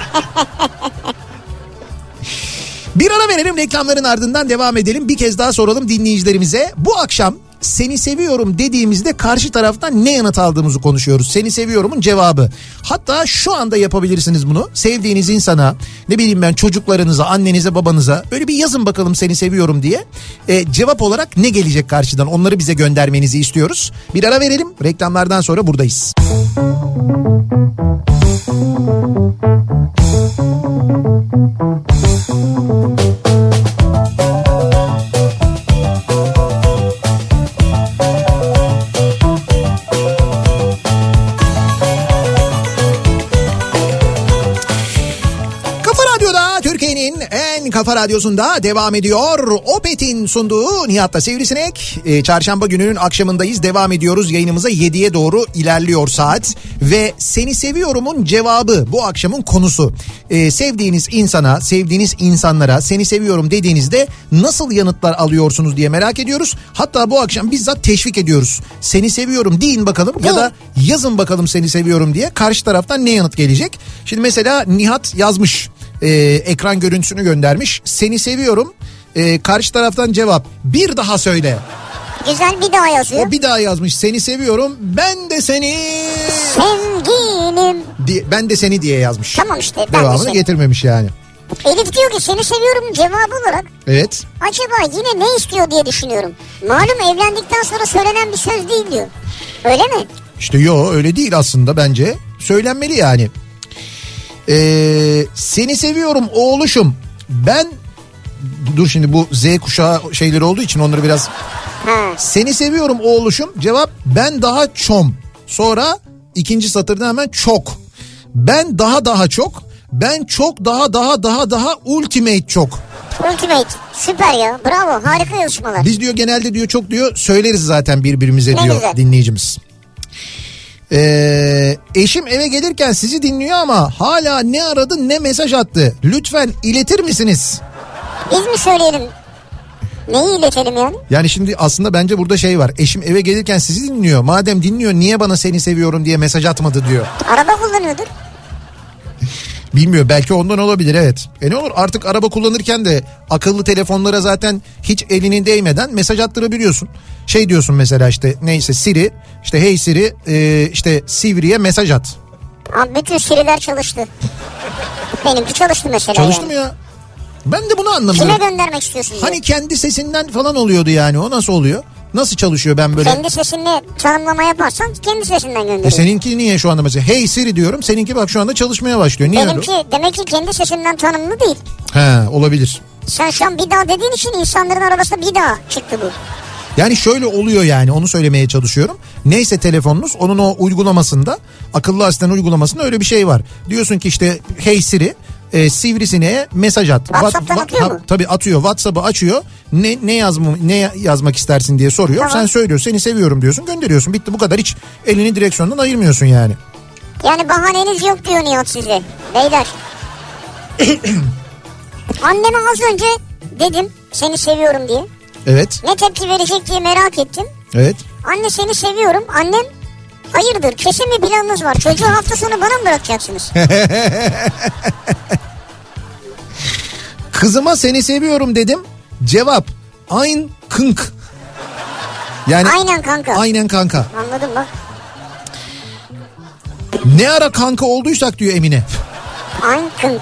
Bir ara verelim, reklamların ardından devam edelim. Bir kez daha soralım dinleyicilerimize. Bu akşam seni seviyorum dediğimizde karşı taraftan ne yanıt aldığımızı konuşuyoruz. Seni seviyorumun cevabı. Hatta şu anda yapabilirsiniz bunu. Sevdiğiniz insana, ne bileyim ben, çocuklarınıza, annenize, babanıza böyle bir yazın bakalım seni seviyorum diye. E, cevap olarak ne gelecek karşıdan, onları bize göndermenizi istiyoruz. Bir ara verelim, reklamlardan sonra buradayız. Kafa Radyosu'nda devam ediyor. Opet'in sunduğu Nihat'la Sivrisinek. Ee, çarşamba gününün akşamındayız. Devam ediyoruz. Yayınımıza yediye doğru ilerliyor saat. Ve Seni Seviyorum'un cevabı bu akşamın konusu. Ee, sevdiğiniz insana, sevdiğiniz insanlara seni seviyorum dediğinizde nasıl yanıtlar alıyorsunuz diye merak ediyoruz. Hatta bu akşam bizzat teşvik ediyoruz. Seni seviyorum deyin bakalım ya da yazın bakalım seni seviyorum diye. Karşı taraftan ne yanıt gelecek? Şimdi mesela Nihat yazmış. Ee, ekran görüntüsünü göndermiş. Seni seviyorum. Ee, karşı taraftan cevap. Bir daha söyle. Güzel, bir daha yazıyor. O bir daha yazmış. Seni seviyorum. Ben de seni. Sevgilim. Diye, ben de seni diye yazmış. Tamam işte. Ben Devamını de getirmemiş yani. Elif diyor ki seni seviyorum cevabı olarak. Evet. Acaba yine ne istiyor diye düşünüyorum. Malum evlendikten sonra söylenen bir söz değil diyor. Öyle mi? İşte yo öyle değil aslında bence. Söylenmeli yani. Ee, seni seviyorum oğluşum. Ben dur şimdi bu Z kuşağı şeyleri olduğu için onları biraz. Ha. Seni seviyorum oğluşum. Cevap ben daha çom. Sonra ikinci satırda hemen çok. Ben daha daha çok. Ben çok daha daha daha daha ultimate çok. Ultimate. Süper ya. Bravo. Harika yarışmalar. Biz diyor genelde diyor çok diyor söyleriz zaten birbirimize Ne diyor güzel. dinleyicimiz. Ee, eşim eve gelirken sizi dinliyor ama hala ne aradı ne mesaj attı. Lütfen iletir misiniz? Biz mi söyleyelim? Neyi iletelim yani? Yani şimdi aslında bence burada şey var. Eşim eve gelirken sizi dinliyor. Madem dinliyor niye bana seni seviyorum diye mesaj atmadı diyor. Araba kullanıyordur. Bilmiyor, belki ondan olabilir, evet. E ne olur artık araba kullanırken de akıllı telefonlara zaten hiç elini değmeden mesaj attırabiliyorsun. Şey diyorsun mesela işte neyse Siri, işte hey Siri e, işte Sivri'ye mesaj at. Abi bütün Siri'ler çalıştı. Benimki çalıştı mesela. Çalıştı yani. mı ya? Ben de bunu anlamıyorum. Kime göndermek istiyorsun? Hani diye. kendi sesinden falan oluyordu yani, o nasıl oluyor? Nasıl çalışıyor ben böyle? Kendi sesinle tanımlama yaparsan kendi sesinden gönderiyor. E seninki niye şu anda mesela hey Siri diyorum, seninki bak şu anda çalışmaya başlıyor. Niye Benimki öyle? demek ki kendi sesinden tanımlı değil. He, olabilir. Sen şu an bir daha dediğin için insanların arabasında bir daha çıktı bu. Yani şöyle oluyor yani, onu söylemeye çalışıyorum. Neyse telefonunuz, onun o uygulamasında, akıllı asistan uygulamasında öyle bir şey var. Diyorsun ki işte hey Siri e, Sivrisine'ye mesaj at. WhatsApp'tan atıyor mu? Tabii atıyor, WhatsApp'ı açıyor. Ne ne yazma, ne yazmak istersin diye soruyor. Tamam. Sen söylüyorsun, seni seviyorum diyorsun, gönderiyorsun. Bitti, bu kadar, hiç elini direksiyondan ayırmıyorsun yani. Yani bahaneniz yok diyor Nihat size. Beyler. Anneme az önce dedim seni seviyorum diye. Evet. Ne tepki verecek diye merak ettim. Evet. Anne seni seviyorum. Annem hayırdır kesin bir planınız var. Çocuğu hafta sonu bana mı bırakacaksınız? Kızıma seni seviyorum dedim. Cevap Ayn kınk. Yani Aynen kanka. Aynen kanka. Anladım bak. Ne ara kanka olduysak diyor Emine. Aynen kınk.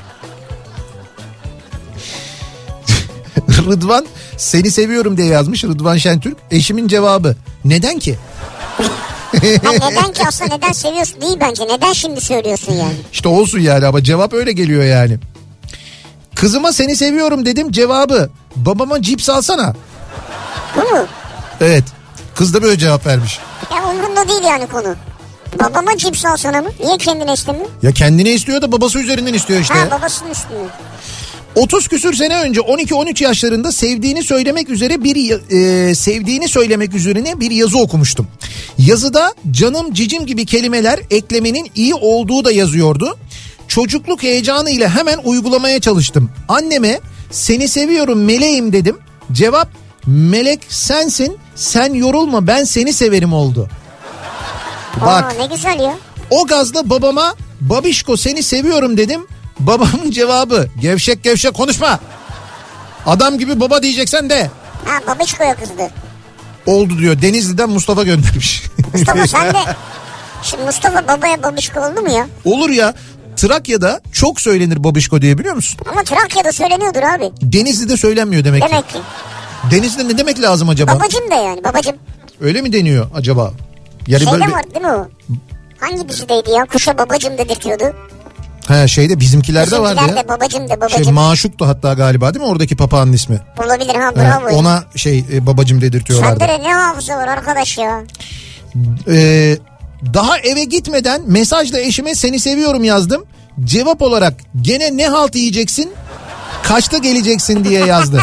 Rıdvan seni seviyorum diye yazmış, Rıdvan Şentürk. Eşimin cevabı neden ki? Ha, neden ki aslında neden seviyorsun değil bence. Neden şimdi söylüyorsun yani? İşte olsun yani, ama cevap öyle geliyor yani. Kızıma seni seviyorum dedim, cevabı babama cips alsana. Bu mu? Evet, kız da böyle cevap vermiş. Ya umurumda değil yani konu. Babama cips alsana mı? Niye kendine istemiyor? Ya kendine istiyor da babası üzerinden istiyor işte. Ha babasının üstüne. otuz küsür sene önce on iki on üç yaşlarında sevdiğini söylemek üzere bir e, sevdiğini söylemek üzerine bir yazı okumuştum. Yazıda canım cicim gibi kelimeler eklemenin iyi olduğu da yazıyordu. Çocukluk heyecanıyla hemen uygulamaya çalıştım. Anneme seni seviyorum meleğim dedim. Cevap melek sensin, sen yorulma ben seni severim oldu. Bak. Aa, ne güzel ya. O gazla babama babişko seni seviyorum dedim. Babamın cevabı gevşek gevşek konuşma. Adam gibi baba diyeceksen de. Ha babişkoya kızdı. Oldu diyor, Denizli'den Mustafa göndermiş. Mustafa sen de. Şimdi Mustafa babaya babişko oldu mu ya? Olur ya, Trakya'da çok söylenir babişko diye, biliyor musun? Ama Trakya'da söyleniyordur abi. Denizli'de söylenmiyor demek ki. Demek ki. Denizli'de ne demek lazım acaba? Babacım da yani babacım. Öyle mi deniyor acaba? Yani Şeyde böyle bir... var değil mi o? Hangi dizideydi ya? Kuşa babacım dedirtiyordu. Ha şeyde bizimkilerde vardı Bizimkiler ya. de babacım de babacım. Şey Maşuk'tu hatta galiba, değil mi oradaki papağanın ismi? Olabilir ha Ha, bravo. ona şey e, babacım dedirtiyorlardı. Sende de ne hafıza var arkadaş ya. Ee, daha eve gitmeden mesajla eşime seni seviyorum yazdım. Cevap olarak gene ne halt yiyeceksin? kaçta geleceksin diye yazdı.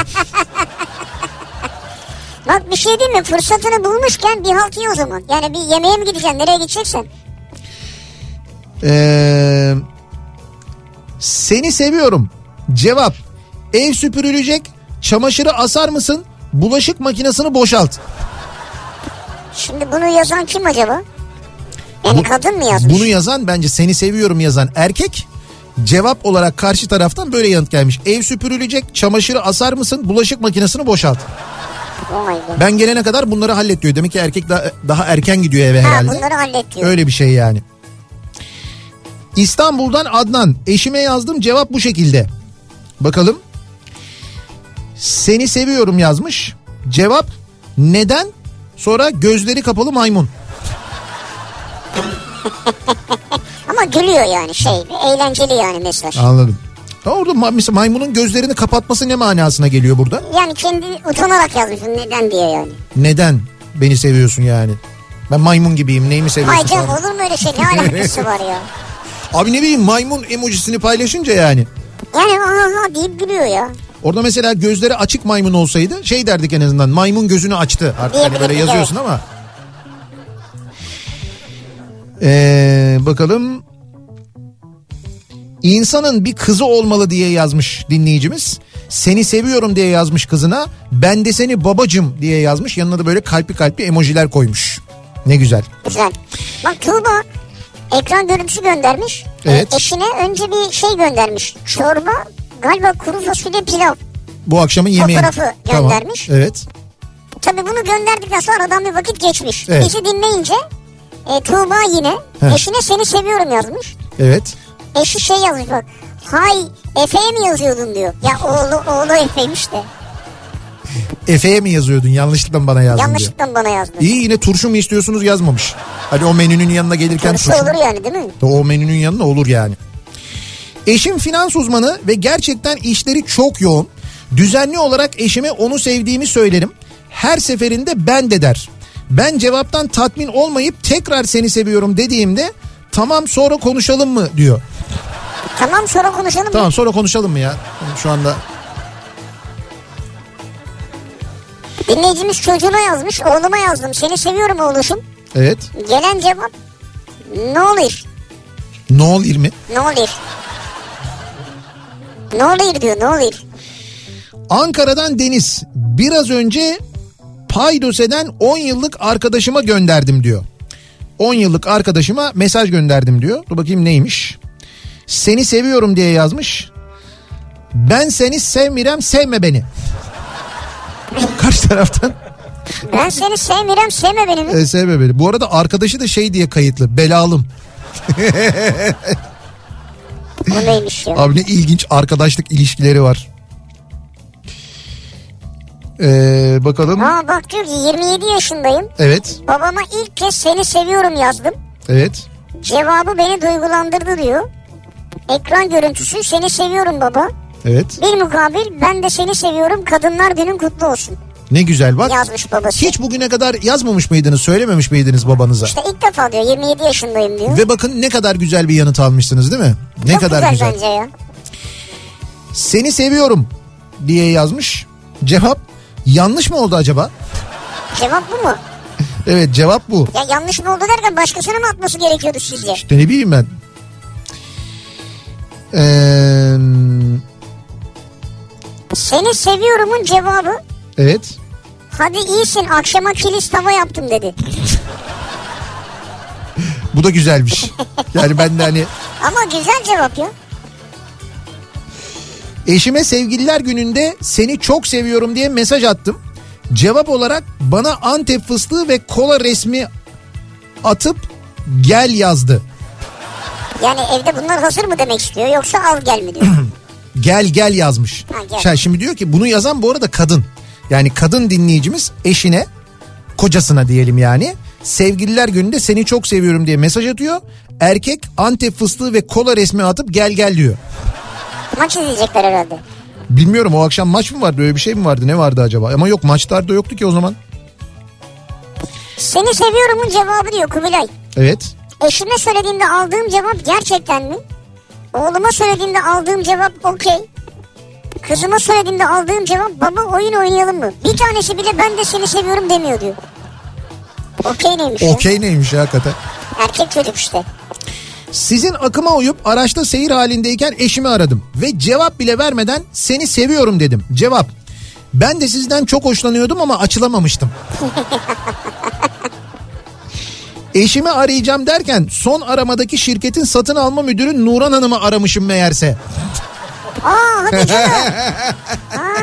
Bak bir şey diyeyim mi? Fırsatını bulmuşken bir halt iyi o zaman. Yani bir yemeğe mi gideceksin? Nereye gideceksin? Ee, seni seviyorum. Cevap. Ev süpürülecek. Çamaşırı asar mısın? Bulaşık makinesini boşalt. Şimdi bunu yazan kim acaba? Yani Bu, kadın mı yazmış? Bunu yazan bence seni seviyorum yazan erkek. Cevap olarak karşı taraftan böyle yanıt gelmiş. Ev süpürülecek. Çamaşırı asar mısın? Bulaşık makinesini boşalt. Vay be. Ben gelene kadar bunları hallet diyor. Demek ki erkek daha, daha erken gidiyor eve ha, herhalde. Bunları hallet diyor. Öyle bir şey yani. İstanbul'dan Adnan. Eşime yazdım, cevap bu şekilde. Bakalım. Seni seviyorum yazmış. Cevap neden? Sonra gözleri kapalı maymun. Ama gülüyor yani şey, eğlenceli yani mesaj. Anladım. Orada mesela maymunun gözlerini kapatması ne manasına geliyor burada? Yani kendi utanarak yazmış neden diye yani. Neden beni seviyorsun yani? Ben maymun gibiyim, neyimi seviyorsun? Ay canım falan. olur mu öyle şey, ne alakası var ya? Abi ne bileyim, maymun emojisini paylaşınca yani. Yani aha ha deyip gülüyor ya. Orada mesela gözleri açık maymun olsaydı şey derdik en azından, maymun gözünü açtı. Artık hani böyle yazıyorsun ama. Ee, bakalım. İnsanın bir kızı olmalı diye yazmış dinleyicimiz. Seni seviyorum diye yazmış kızına. Ben de seni babacım diye yazmış. Yanına da böyle kalpli kalpli emojiler koymuş. Ne güzel. Güzel. Bak Tuğba ekran görüntüsü göndermiş. Evet. E, eşine önce bir şey göndermiş. Çorba, galiba kuru fasulye pilav. Bu akşamın yemeği. Fotoğrafı göndermiş. Tamam. Evet. Tabii bunu gönderdikten sonra aradan bir vakit geçmiş. Evet. Bizi dinleyince e, Tuğba yine Heh. eşine seni seviyorum yazmış. Evet. Eşi şey yazmış bak. Hay Efe'ye mi yazıyordun diyor. Ya oğlu oğlu Efe'ymiş de. Efe'ye mi yazıyordun? Yanlışlıkla mı bana yazdın Yanlışlıkla diyor. bana yazdı. İyi, yine turşu mu istiyorsunuz yazmamış. Hani o menünün yanına gelirken Turşu turşu. olur yani değil mi? O menünün yanına olur yani. Eşim finans uzmanı ve gerçekten işleri çok yoğun. Düzenli olarak eşime onu sevdiğimi söylerim. Her seferinde ben de der. Ben cevaptan tatmin olmayıp tekrar seni seviyorum dediğimde tamam sonra konuşalım mı diyor. Tamam sonra konuşalım Tamam mı? sonra konuşalım mı ya? Şu anda. Dinleyicimiz çocuğuna yazmış. Oğluma yazdım. Seni seviyorum oğluşum. Evet. Gelen cevap ne olur? Ne olur mi? Ne olur? Ne olur diyor, ne olur? Ankara'dan Deniz. Biraz önce Paydos'eden on yıllık arkadaşıma gönderdim diyor. on yıllık arkadaşıma mesaj gönderdim diyor. Dur bakayım neymiş. Seni seviyorum diye yazmış. Ben seni sevmirem, sevme beni. Karşı taraftan. Ben seni sevmirem, sevme beni mi? E, sevme beni. Bu arada arkadaşı da şey diye kayıtlı. Belalım. Bu neymiş ya? Abi ne ilginç arkadaşlık ilişkileri var. Ee, bakalım. Aa bak diyor ki yirmi yedi yaşındayım. Evet. Babama ilk kez seni seviyorum yazdım. Evet. Cevabı beni duygulandırdı diyor. Ekran görüntüsü seni seviyorum baba. Evet. Bir mukabil ben de seni seviyorum, Kadınlar Günün kutlu olsun. Ne güzel bak. Yazmış babası. Hiç bugüne kadar yazmamış mıydınız, söylememiş miydiniz babanıza? İşte ilk defa diyor, yirmi yedi yaşındayım diyor. Ve bakın ne kadar güzel bir yanıt almışsınız değil mi? Ne Çok kadar güzel, güzel. bence ya. Seni seviyorum diye yazmış. Cevap yanlış mı oldu acaba? Cevap bu mu? Evet, cevap bu. Ya yanlış mı oldu derken başkasına mı atması gerekiyordu sizce? İşte ne bileyim ben. Ee, Seni seviyorumun cevabı evet. hadi iyisin akşama kilis tava yaptım dedi. Bu da güzelmiş. Yani ben de hani Ama güzel cevap ya. eşime sevgililer gününde seni çok seviyorum diye mesaj attım. Cevap olarak bana Antep fıstığı ve kola resmi atıp gel yazdı. Yani evde bunlar hazır mı demek istiyor yoksa al gel mi diyor. Gel gel yazmış. Ha, gel. Şey, şimdi diyor ki bunu yazan bu arada kadın. Yani kadın dinleyicimiz eşine, kocasına diyelim yani, sevgililer gününde seni çok seviyorum diye mesaj atıyor. Erkek Antep fıstığı ve kola resmi atıp gel gel diyor. Maç izleyecekler herhalde. Bilmiyorum, o akşam maç mı vardı, öyle bir şey mi vardı, ne vardı acaba? Ama yok, maçlar da yoktu ki o zaman. Seni seviyorumun cevabı diyor Kubilay. Evet. Eşime söylediğimde aldığım cevap gerçekten mi? Oğluma söylediğimde aldığım cevap okey. Kızıma söylediğimde aldığım cevap baba oyun oynayalım mı? Bir tanesi bile ben de seni seviyorum demiyor diyor. Okey neymiş ya? Okey neymiş ya hakikaten. Erkek çocuk işte. Sizin akıma uyup araçta seyir halindeyken eşimi aradım. Ve cevap bile vermeden seni seviyorum dedim. Cevap: ben de sizden çok hoşlanıyordum ama açılamamıştım. Eşimi arayacağım derken son aramadaki şirketin satın alma müdürü Nuran Hanım'ı aramışım meğerse. Aa hadi canım. Aa.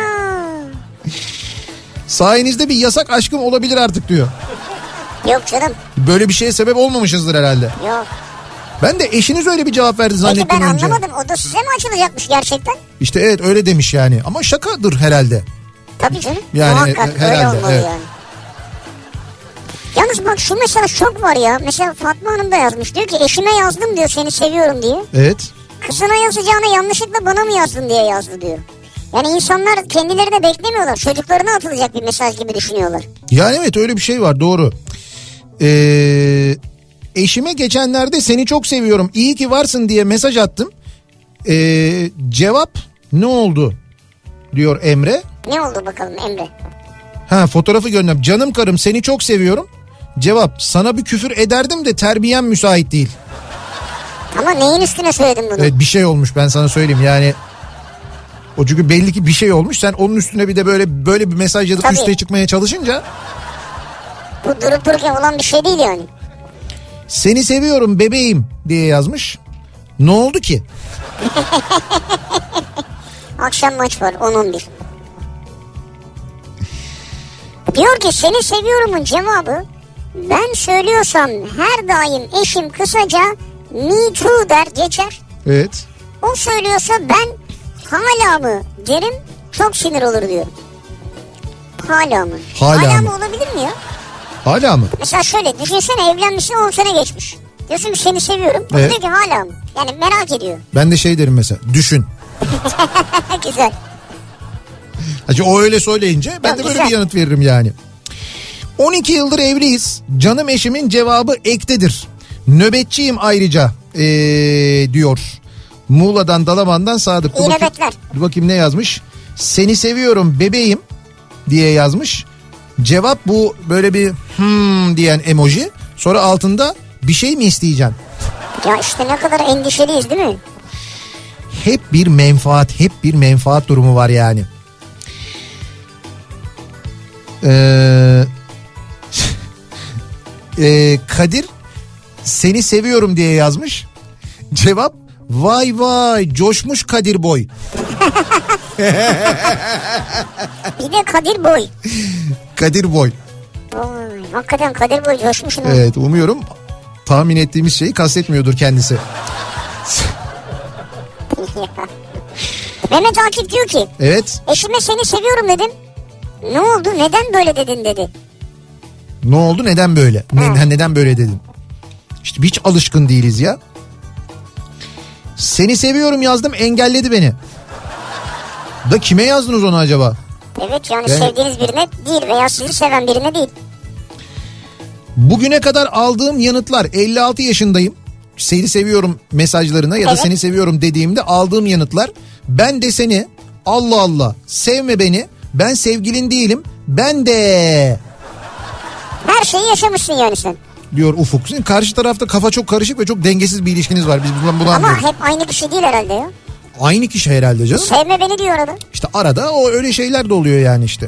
Sayenizde bir yasak aşkım olabilir artık diyor. Yok canım. Böyle bir şeye sebep olmamışızdır herhalde. Yok. Ben de eşiniz öyle bir cevap verdi zannettim Peki ben önce. anlamadım. O da size mi açılacakmış gerçekten? İşte evet öyle demiş yani. Ama şakadır herhalde. Tabii canım. Yani, Muhakkak herhalde, öyle olmalı evet. yani. Yalnız bak şu mesela çok var ya. Mesela Fatma Hanım da yazmış. Diyor ki eşime yazdım diyor seni seviyorum diye. Evet. Kızına yazacağına yanlışlıkla bana mı yazdın diye yazdı diyor. Yani insanlar kendileri de beklemiyorlar. Çocuklarına atılacak bir mesaj gibi düşünüyorlar. Yani evet öyle bir şey var doğru. Ee, eşime geçenlerde seni çok seviyorum iyi ki varsın diye mesaj attım. Ee, cevap ne oldu diyor Emre. Ne oldu bakalım Emre? Ha fotoğrafı gönderdim. Canım karım seni çok seviyorum. Cevap: sana bir küfür ederdim de terbiyem müsait değil. Ama neyin üstüne söyledin bunu? Evet bir şey olmuş ben sana söyleyeyim yani. O çünkü belli ki bir şey olmuş. Sen onun üstüne bir de böyle böyle bir mesaj yazıp Tabii. üste çıkmaya çalışınca. Bu durup dururken olan bir şey değil yani. Seni seviyorum bebeğim diye yazmış. Ne oldu ki? Akşam maç var on on bir. Diyor ki seni seviyorumun cevabı ben söylüyorsam her daim eşim kısaca me too der geçer. Evet. O söylüyorsa ben hala mı derim çok sinir olur diyor. Hala mı? Hala hala mı? mı olabilir mi ya? Hala mı? Mesela şöyle düşünsene evlenmişsin on sene geçmiş. Diyorsun ki seni seviyorum. O Evet. diyor ki hala mı? Yani merak ediyor. Ben de şey derim mesela düşün. Güzel. Hacı o öyle söyleyince ben Yok, de böyle güzel. bir yanıt veririm yani. on iki yıldır evliyiz. Canım eşimin cevabı ektedir. Nöbetçiyim ayrıca ee, diyor. Muğla'dan Dalaman'dan Sadık. İyi Dur bakayım- nöbetler. Dur bakayım ne yazmış. Seni seviyorum bebeğim diye yazmış. Cevap bu böyle bir hmm diyen emoji. Sonra altında bir şey mi isteyeceksin? Ya işte ne kadar endişeliyiz değil mi? Hep bir menfaat, hep bir menfaat durumu var yani. Ee, ee, Kadir seni seviyorum diye yazmış. Cevap vay vay coşmuş Kadir boy. Bir de Kadir Boy. Kadir boy. Oy, hakikaten Kadir Boy coşmuşsun. Evet. Evet umuyorum tahmin ettiğimiz şeyi kastetmiyordur kendisi. Mehmet Akif diyor ki Evet. eşime seni seviyorum dedim. Ne oldu neden böyle dedin dedi. Ne oldu neden böyle? Ne, Ha. neden böyle dedin? İşte hiç alışkın değiliz ya. Seni seviyorum yazdım engelledi beni. Da kime yazdınız onu acaba? Evet yani Yani- sevdiğiniz birine değil veya sizi seven birine değil. Bugüne kadar aldığım yanıtlar elli altı yaşındayım. Seni seviyorum mesajlarına ya da Evet. seni seviyorum dediğimde aldığım yanıtlar. Ben de seni Allah Allah sevme beni ben sevgilin değilim ben de Her şeyi yaşamışsın yani sen. diyor Ufuk. Sizin karşı tarafta kafa çok karışık ve çok dengesiz bir ilişkiniz var. Biz bundan bunu Ama anlıyoruz. hep aynı bir şey değil herhalde ya. Aynı kişi herhalde canım. Sevme beni diyor arada. İşte arada o öyle şeyler de oluyor yani işte.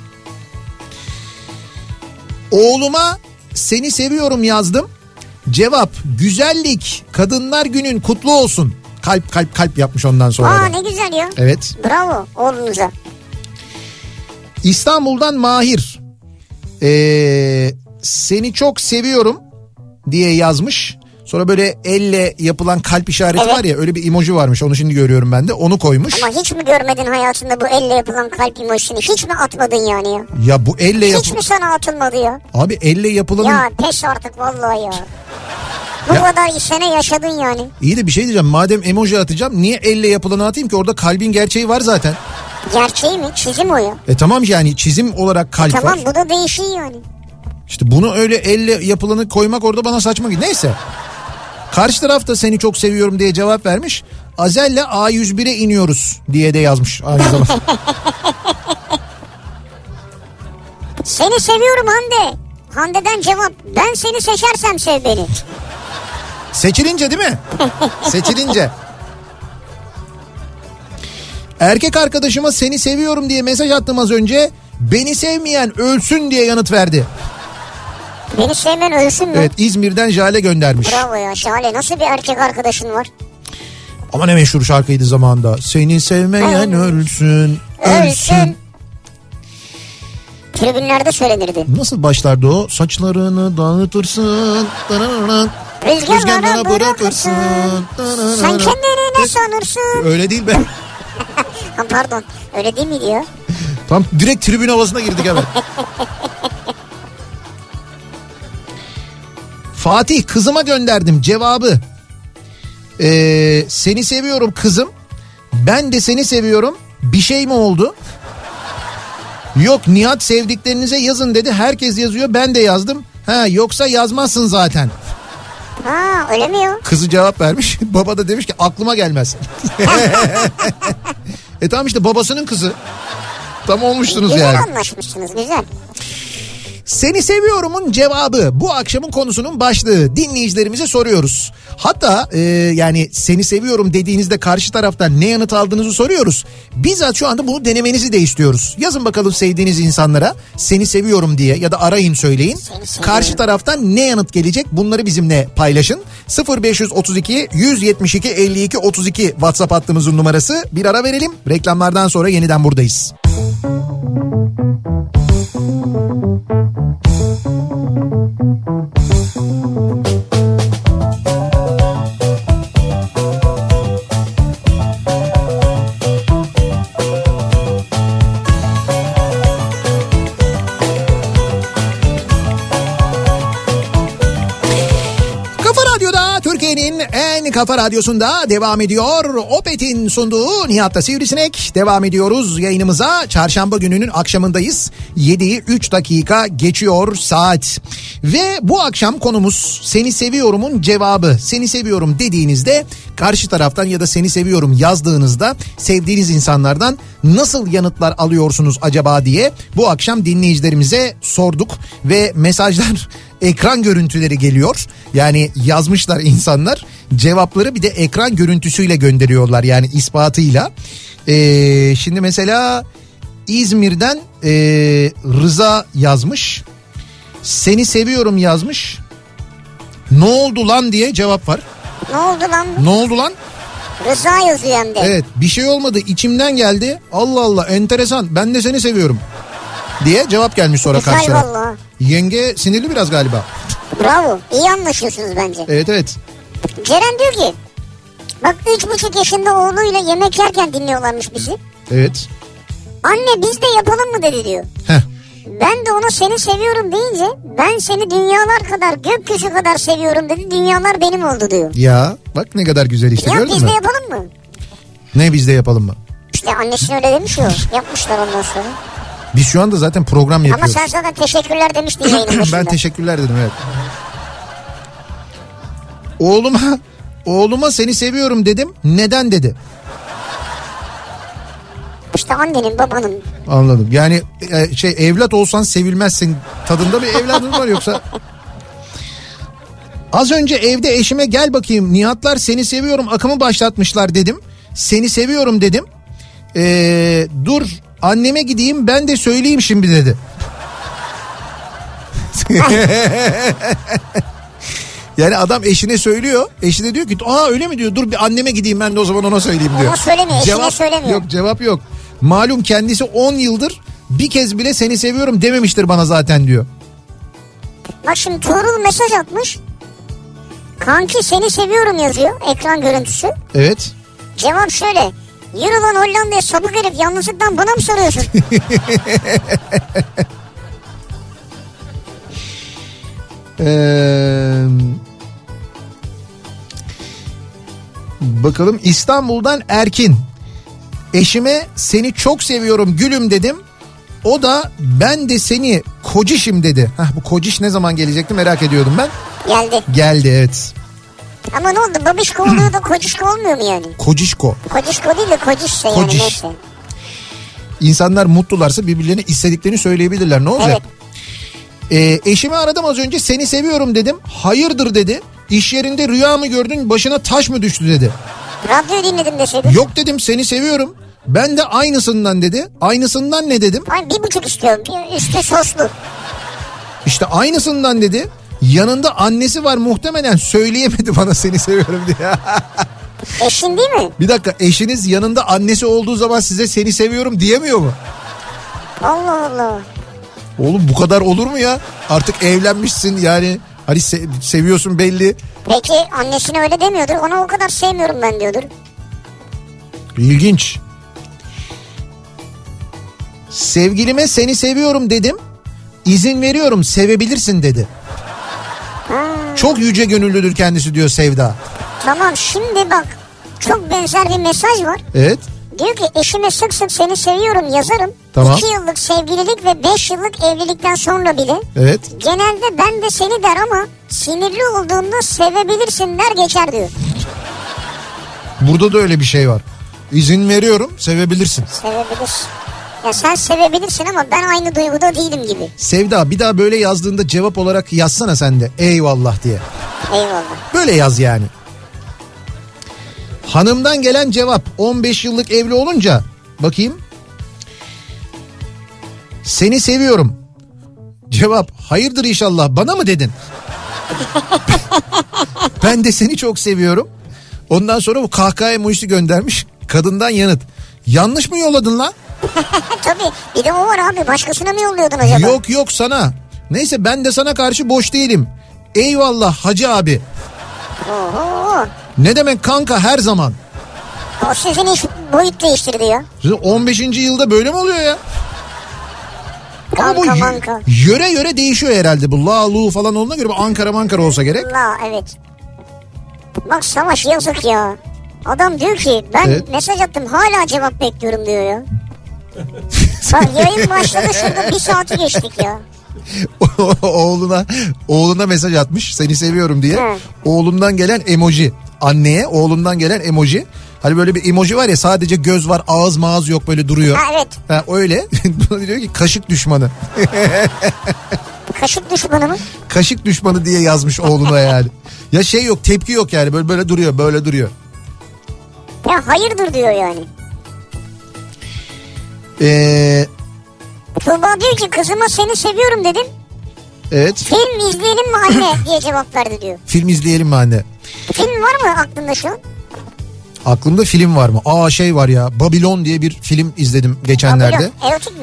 Oğluma seni seviyorum yazdım. Cevap güzellik kadınlar günün kutlu olsun. Kalp kalp kalp yapmış ondan sonra Aa da. ne güzel ya. Evet. Bravo oğlunuza. İstanbul'dan Mahir. Ee, seni çok seviyorum diye yazmış. Sonra böyle elle yapılan kalp işareti Evet. var ya öyle bir emoji varmış onu şimdi görüyorum ben de onu koymuş. Ama hiç mi görmedin hayatında bu elle yapılan kalp emojisini? Hiç mi atmadın yani ya? Ya bu elle yap Hiç mi sana atılmadı ya? Abi elle yapılanın Ya pes artık vallahi ya. Bu Ya- kadar sene yaşadın yani. iyi de bir şey diyeceğim madem emoji atacağım niye elle yapılanı atayım ki orada kalbin gerçeği var zaten. Gerçeği mi? Çizim o ya. E tamam yani çizim olarak kalp Tamam var. bu da değişiyor yani. İşte bunu öyle elle yapılanı koymak orada bana saçma gibi. Neyse. Karşı taraf da seni çok seviyorum diye cevap vermiş. Azel'le A yüz bire iniyoruz diye de yazmış aynı zamanda. Seni seviyorum Hande. Hande'den cevap. Ben seni seçersem sev beni. Seçilince değil mi? Seçilince. Erkek arkadaşıma seni seviyorum diye mesaj attım az önce. Beni sevmeyen ölsün diye yanıt verdi. Beni sevmeyen ölsün mü? Evet, İzmir'den Jale göndermiş. Bravo ya Jale, nasıl bir erkek arkadaşın var? Ama ne meşhur şarkıydı zamanında. Seni sevmeyen ölsün, ölsün. Ölsün. Tribünlerde söylenirdi. Nasıl başlardı o? Saçlarını dağıtırsın. Rüzgarlara, Rüzgarlara bırakırsın. Sen kendini ne sanırsın? Öyle değil be. Pardon, öyle değil miydi ya? Tam direkt tribün havasına girdik hemen. Fatih, kızıma gönderdim cevabı. Ee, seni seviyorum kızım. Ben de seni seviyorum. Bir şey mi oldu? Yok, Nihat sevdiklerinize yazın dedi. Herkes yazıyor, ben de yazdım. Ha, yoksa yazmazsın zaten. Ha, öyle mi ya? Kızı cevap vermiş. Baba da demiş ki aklıma gelmez. E tamam işte, babasının kızı. Tam olmuştunuz güzel yani. Güzel anlaşmışsınız, güzel. Seni seviyorumun cevabı bu akşamın konusunun başlığı. Dinleyicilerimize soruyoruz. Hatta e, yani seni seviyorum dediğinizde karşı taraftan ne yanıt aldığınızı soruyoruz. Bizzat şu anda bunu denemenizi de istiyoruz. Yazın bakalım sevdiğiniz insanlara seni seviyorum diye ya da arayın söyleyin. Karşı taraftan ne yanıt gelecek, bunları bizimle paylaşın. sıfır beş otuz iki yüz yetmiş iki elli iki otuz iki WhatsApp hattımızın numarası. Bir ara verelim. Reklamlardan sonra yeniden buradayız. Kafa Radyosu'nda devam ediyor. Opet'in sunduğu Nihat'ta Sivrisinek. Devam ediyoruz yayınımıza. Çarşamba gününün akşamındayız. yediyi üç dakika geçiyor saat. Ve bu akşam konumuz seni seviyorumun cevabı. Seni seviyorum dediğinizde karşı taraftan ya da seni seviyorum yazdığınızda sevdiğiniz insanlardan nasıl yanıtlar alıyorsunuz acaba diye bu akşam dinleyicilerimize sorduk. Ve mesajlar, ekran görüntüleri geliyor. Yani yazmışlar insanlar. Cevapları bir de ekran görüntüsüyle gönderiyorlar, yani ispatıyla. Ee, şimdi mesela İzmir'den e, Rıza yazmış. Seni seviyorum yazmış. Ne oldu lan diye cevap var. Ne oldu lan? Ne oldu lan? Rıza yazıyor hem de. Evet, bir şey olmadı, içimden geldi. Allah Allah, enteresan, ben de seni seviyorum diye cevap gelmiş sonra güzel karşıya. Valla. Yenge sinirli biraz galiba. Bravo, iyi anlaşıyorsunuz bence. Evet evet. Ceren diyor ki bak üç buçuk yaşında oğluyla yemek yerken dinliyorlarmış bizi. Evet. Anne biz de yapalım mı dedi diyor. Heh. Ben de ona seni seviyorum deyince ben seni dünyalar kadar, gökyüzü kadar seviyorum dedi. Dünyalar benim oldu diyor. Ya bak ne kadar güzel işte, ya gördün mü? biz de yapalım mı? Ne biz de yapalım mı? İşte annesi öyle demiş ya, yapmışlar ondan sonra. Biz şu anda zaten program yapıyoruz. Ama sen zaten teşekkürler demiştin yayının başında. Ben teşekkürler dedim, evet. Oğluma, oğluma seni seviyorum dedim. Neden dedi. İşte annenin, babanın. Anladım. Yani e, şey, evlat olsan sevilmezsin tadında bir evladın var yoksa. Az önce evde eşime gel bakayım Nihatlar seni seviyorum akımı başlatmışlar dedim. Seni seviyorum dedim. Ee, dur anneme gideyim ben de söyleyeyim şimdi dedi. Yani adam eşine söylüyor. Eşi de diyor ki aa öyle mi diyor. Dur bir anneme gideyim ben de o zaman ona söyleyeyim diyor. Ona söylemiyor, eşine cevap, söylemiyor. Yok, cevap yok. Malum kendisi on yıldır bir kez bile seni seviyorum dememiştir bana zaten diyor. Bak şimdi Tuğrul mesaj atmış. Kanki seni seviyorum yazıyor, ekran görüntüsü. Evet. Cevap şöyle. Yürü lan Hollanda'ya sapık herif, yanlışlıkla bana mı soruyorsun? Ee, bakalım İstanbul'dan Erkin. Eşime seni çok seviyorum gülüm dedim. O da ben de seni kocişim dedi. Hah, bu kociş ne zaman gelecekti merak ediyordum ben. Geldi. Geldi, evet. Ama ne oldu? Babişko oluyor da kocişko olmuyor mu yani? Kocişko. Kocişko değil de kocişse yani Kociş. neyse. İnsanlar mutlularsa birbirlerine istediklerini söyleyebilirler. Ne olacak? Evet. Ee, eşimi aradım az önce, seni seviyorum dedim. Hayırdır dedi. İş yerinde rüya mı gördün, başına taş mı düştü dedi. Radyoyu dinledim deseydin. Yok dedim, seni seviyorum. Ben de aynısından dedi. Aynısından ne dedim? Ay bir buçuk istiyorum. Bir üstü soslu. İşte aynısından dedi. Yanında annesi var, muhtemelen söyleyemedi bana seni seviyorum diye. Eşin değil mi? Bir dakika, eşiniz yanında annesi olduğu zaman size seni seviyorum diyemiyor mu? Allah Allah. Oğlum bu kadar olur mu ya? Artık evlenmişsin yani. Hani se- seviyorsun belli. Peki annesine öyle demiyordur. Ona o kadar sevmiyorum ben diyordur. İlginç. Sevgilime seni seviyorum dedim. İzin veriyorum, sevebilirsin dedi. Ha. Çok yüce gönüllüdür kendisi diyor Sevda. Tamam şimdi bak. Çok benzer bir mesaj var. Evet. Diyor ki eşime sık sık seni seviyorum yazarım. Tamam. iki yıllık sevgililik ve beş yıllık evlilikten sonra bile. Evet. Genelde ben de seni der ama sinirli olduğunda sevebilirsin der geçer diyor. Burada da öyle bir şey var. İzin veriyorum, sevebilirsin. Sevebilirsin. Ya sen sevebilirsin ama ben aynı duyguda değilim gibi. Sevda, bir daha böyle yazdığında cevap olarak yazsana sen de eyvallah diye. Eyvallah. Böyle yaz yani. Hanımdan gelen cevap, on beş yıllık evli olunca bakayım. Seni seviyorum. Cevap, hayırdır inşallah, bana mı dedin? Ben de seni çok seviyorum. Ondan sonra bu kahkaha emojisi göndermiş. Kadından yanıt. Yanlış mı yolladın lan? Tabii bir de o var abi, başkasına mı yolluyordun acaba? Yok yok sana. Neyse, ben de sana karşı boş değilim. Eyvallah hacı abi. Oho. Ne demek kanka, her zaman. O sizin iş boyut değiştirdi ya. on beşinci yılda böyle mi oluyor ya? Ama bu Kanka y- manka. yöre yöre değişiyor herhalde bu. La lu falan olduğuna göre bu Ankara Mankara olsa gerek. La evet. Bak Savaş yazık ya. Adam diyor ki ben Evet. mesaj attım hala cevap bekliyorum diyor ya. Bak yayın başladı şurada bir saati geçtik ya. oğluna oğluna mesaj atmış seni seviyorum diye. Hı. Oğlundan gelen emoji. Anneye oğlundan gelen emoji. Hani böyle bir emoji var ya, sadece göz var, ağız mağaz yok, böyle duruyor. Ha evet. Ha öyle. Buna diyor ki kaşık düşmanı. Kaşık düşmanı mı? Kaşık düşmanı diye yazmış oğluna yani. Ya şey yok, tepki yok yani, böyle böyle duruyor, böyle duruyor. Ya hayırdır diyor yani. Eee Tuğba diyor ki kızıma seni seviyorum dedim. evet. Film izleyelim mi anne diye cevap verdi diyor. Film izleyelim mi anne? Film var mı aklında şu an? Aklımda film var mı? Aa şey var ya, Babylon diye bir film izledim geçenlerde. Babylon, erotik mi?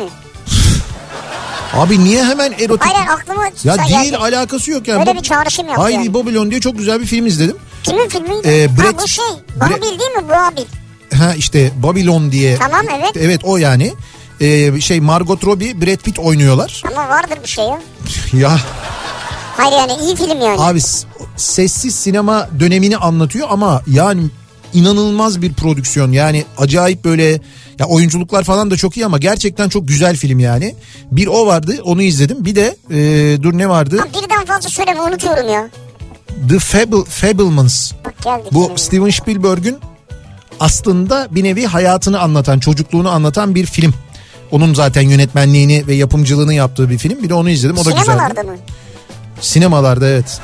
Abi niye hemen erotik? Hayır aklıma Ya geldi. değil, alakası yok yani. Öyle Bab- bir çağrışım yaptı Hayır, yani. Babylon diye çok güzel bir film izledim. Kimin filmiydi? Ee, ha Brett- bu şey. Brett- Babil değil mi? Babil. Ha işte Babylon diye. Tamam evet. Evet o yani. Ee, şey Margot Robbie, Brad Pitt oynuyorlar. Ama vardır bir şey ya. Ya Hayır yani iyi film yani. abi s- sessiz sinema dönemini anlatıyor ama yani inanılmaz bir prodüksiyon. Yani acayip böyle, ya oyunculuklar falan da çok iyi ama gerçekten çok güzel film yani. Bir o vardı, onu izledim. Bir de e, dur ne vardı? Ha, birden fazla söyleme unutuyorum ya. The Fable, Fablemans. Bak geldik. Bu şimdi. Steven Spielberg'ün aslında bir nevi hayatını anlatan, çocukluğunu anlatan bir film. Onun zaten yönetmenliğini ve yapımcılığını yaptığı bir film. Bir de onu izledim. O da güzeldi. Sinemalarda mı? Sinemalarda evet.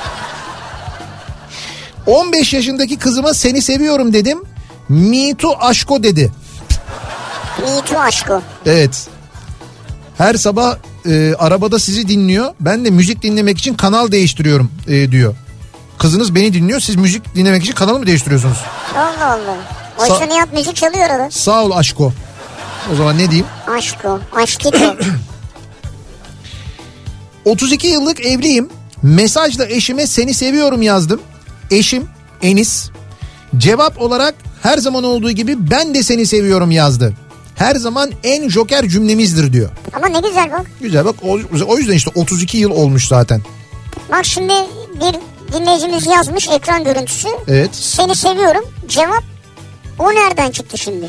on beş yaşındaki kızıma seni seviyorum dedim. Me too aşko dedi. Me too aşkı. Evet. Her sabah e, arabada sizi dinliyor. Ben de müzik dinlemek için kanal değiştiriyorum e, diyor. Kızınız beni dinliyor. Siz müzik dinlemek için kanal mı değiştiriyorsunuz? Allah Allah. Oysa Sa- Nihat müzik çalıyor arada. Sağ ol aşko. O zaman ne diyeyim? Aşkı. Aşkı. otuz iki yıllık evliyim. Mesajla eşime seni seviyorum yazdım. Eşim Enis cevap olarak her zaman olduğu gibi ben de seni seviyorum yazdı. Her zaman en joker cümlemizdir diyor. Ama ne güzel bak. Güzel bak, o, o yüzden işte otuz iki yıl olmuş zaten. Bak şimdi bir dinleyicimiz yazmış ekran görüntüsü. Evet. Seni seviyorum. Cevap o nereden çıktı şimdi?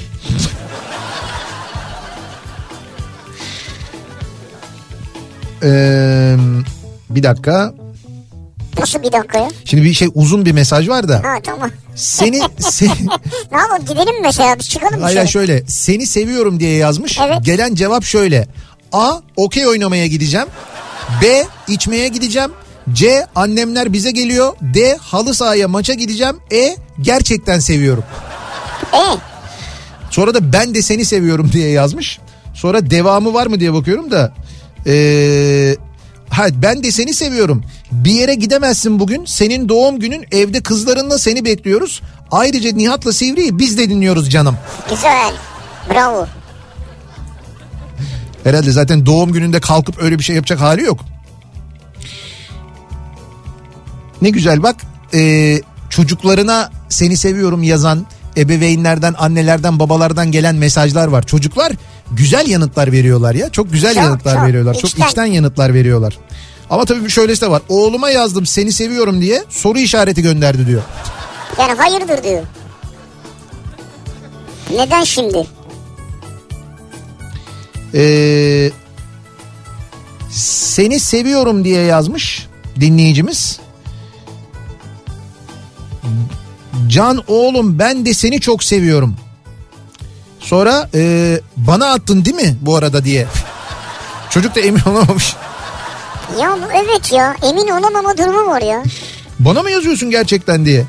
Ee, bir dakika. Nasıl bir dakika ya? Şimdi bir şey uzun bir mesaj var da. Ha tamam. Seni... se... Ne yapalım gidelim mi mesela biz çıkalım mı? Hayır şöyle seni seviyorum diye yazmış. Evet. Gelen cevap şöyle. A. Okey oynamaya gideceğim. B. içmeye gideceğim. C. Annemler bize geliyor. D. Halı sahaya maça gideceğim. E. Gerçekten seviyorum. E. Sonra da ben de seni seviyorum diye yazmış. Sonra devamı var mı diye bakıyorum da. Ee, ha, ben de seni seviyorum. Bir yere gidemezsin bugün. Senin doğum günün, evde kızlarınla seni bekliyoruz. Ayrıca Nihat'la Sivri'yi biz de dinliyoruz canım. Güzel. Bravo. Herhalde zaten doğum gününde kalkıp öyle bir şey yapacak hali yok. Ne güzel bak. Ee, çocuklarına seni seviyorum yazan ebeveynlerden, annelerden, babalardan gelen mesajlar var. Çocuklar güzel yanıtlar veriyorlar ya. Çok güzel Çok, yanıtlar çok. veriyorlar. İçten. Çok içten yanıtlar veriyorlar. Ama tabii şöylesi de var. Oğluma yazdım seni seviyorum diye soru işareti gönderdi diyor. Yani hayırdır diyor. Neden şimdi? Ee, seni seviyorum diye yazmış dinleyicimiz. Can oğlum ben de seni çok seviyorum. Sonra e, bana attın değil mi bu arada diye. Çocuk da emin olamamış. Ya bu evet ya emin olamama durumu var ya. Bana mı yazıyorsun gerçekten diye.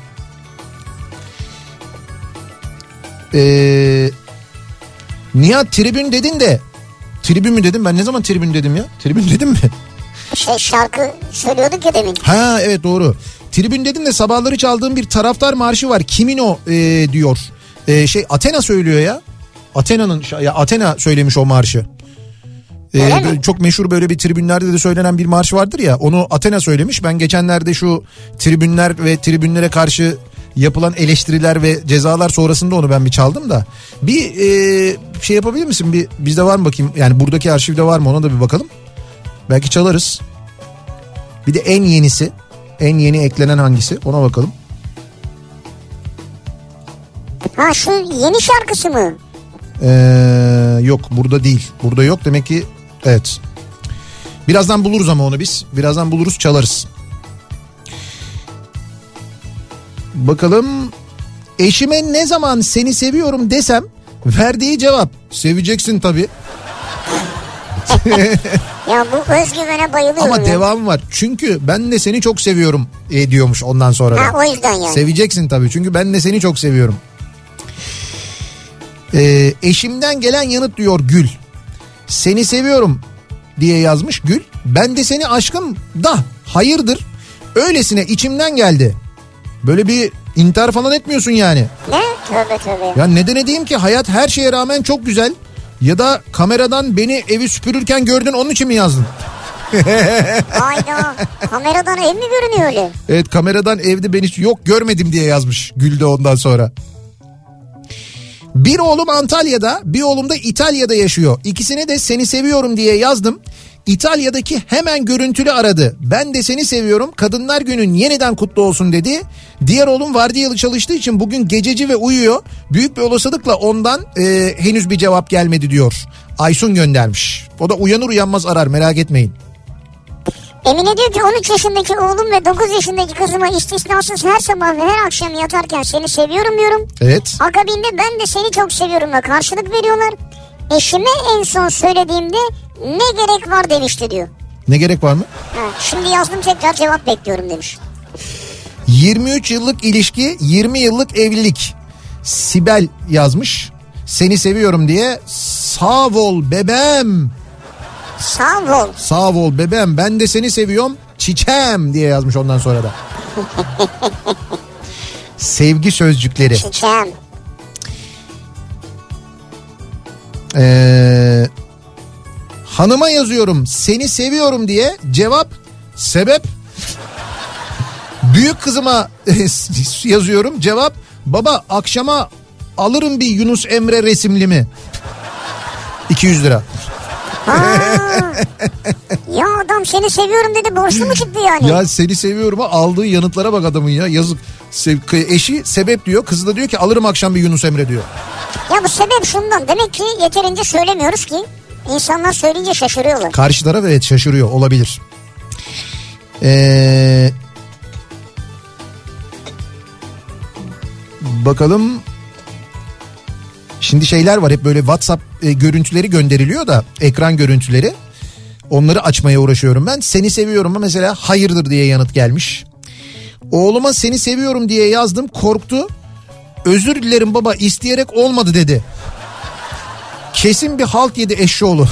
Ee, Nihat tribün dedin de. Tribün mü dedim ben ne zaman tribün dedim ya? Tribün dedim mi? Şey şarkı söylüyorduk ya demin. Ha evet doğru. Tribün dedim de sabahları çaldığım bir taraftar marşı var. Kimin o e, diyor. E, şey Athena söylüyor ya. Athena'nın ya Athena söylemiş o marşı. E, çok meşhur böyle bir tribünlerde de söylenen bir marş vardır ya. Onu Athena söylemiş. Ben geçenlerde şu tribünler ve tribünlere karşı yapılan eleştiriler ve cezalar sonrasında onu ben bir çaldım da. Bir e, şey yapabilir misin? Bir bizde var mı bakayım? Yani buradaki arşivde var mı? Ona da bir bakalım. Belki çalarız. Bir de en yenisi. En yeni eklenen hangisi? Ona bakalım. Ha şu yeni şarkısı mı? Ee, yok burada değil. Burada yok demek ki evet. Birazdan buluruz ama onu biz. Birazdan buluruz çalarız. Bakalım. Eşime ne zaman seni seviyorum desem verdiği cevap. Seveceksin tabii. Ya bu özgüvene bayılıyorum. Ama ya. devam var. Çünkü ben de seni çok seviyorum e, diyormuş ondan sonra da. Ha o yüzden yani. Seveceksin tabii çünkü ben de seni çok seviyorum. Ee, eşimden gelen yanıt diyor Gül. Seni seviyorum diye yazmış Gül. Ben de seni aşkım da hayırdır. Öylesine içimden geldi. Böyle bir intihar falan etmiyorsun yani. Ne? Tövbe tövbe. Ya neden edeyim ki hayat her şeye rağmen çok güzel. Ya da kameradan beni evi süpürürken gördün onun için mi yazdın? Hayda. Kameradan ev mi görünüyor öyle? Evet kameradan evde beni yok görmedim diye yazmış Gül de ondan sonra. Bir oğlum Antalya'da, bir oğlum da İtalya'da yaşıyor. İkisine de seni seviyorum diye yazdım. İtalya'daki hemen görüntülü aradı. Ben de seni seviyorum. Kadınlar Günün yeniden kutlu olsun dedi. Diğer oğlum vardiyalı çalıştığı için bugün gececi ve uyuyor. Büyük bir olasılıkla ondan e, henüz bir cevap gelmedi diyor. Aysun göndermiş. O da uyanır uyanmaz arar merak etmeyin. Emine diyor ki on üç yaşındaki oğlum ve dokuz yaşındaki kızıma istisnasız her sabah ve her akşam yatarken seni seviyorum diyorum. Evet. Akabinde ben de seni çok seviyorumla karşılık veriyorlar. Eşime en son söylediğimde ne gerek var demişti diyor. Ne gerek var mı? Ha, şimdi yazdım tekrar cevap bekliyorum demiş. yirmi üç yıllık ilişki, yirmi yıllık evlilik. Sibel yazmış. Seni seviyorum diye. Sağ ol bebeğim. Sağ ol. Sağ ol bebeğim ben de seni seviyorum çiçeğim diye yazmış ondan sonra da. Sevgi sözcükleri. Çiçeğim. Ee, hanıma yazıyorum seni seviyorum diye cevap sebep. Büyük kızıma yazıyorum cevap baba akşama alırım bir Yunus Emre resimli mi? iki yüz lira. Ya adam seni seviyorum dedi borçlu mu çıktı yani? Ya seni seviyorum ha aldığı yanıtlara bak adamın ya yazık. Eşi sebep diyor kızı da diyor ki alırım akşam bir Yunus Emre diyor. Ya bu sebep şundan demek ki yeterince söylemiyoruz ki insanlar söyleyince şaşırıyorlar. Karşı taraf evet şaşırıyor olabilir. Ee, Bakalım. Şimdi şeyler var, hep böyle WhatsApp e, görüntüleri gönderiliyor da, ekran görüntüleri. Onları açmaya uğraşıyorum ben. Seni seviyorum mu mesela, hayırdır diye yanıt gelmiş. Oğluma seni seviyorum diye yazdım, korktu. Özür dilerim baba, isteyerek olmadı dedi. Kesin bir halt yedi eşşoğlu.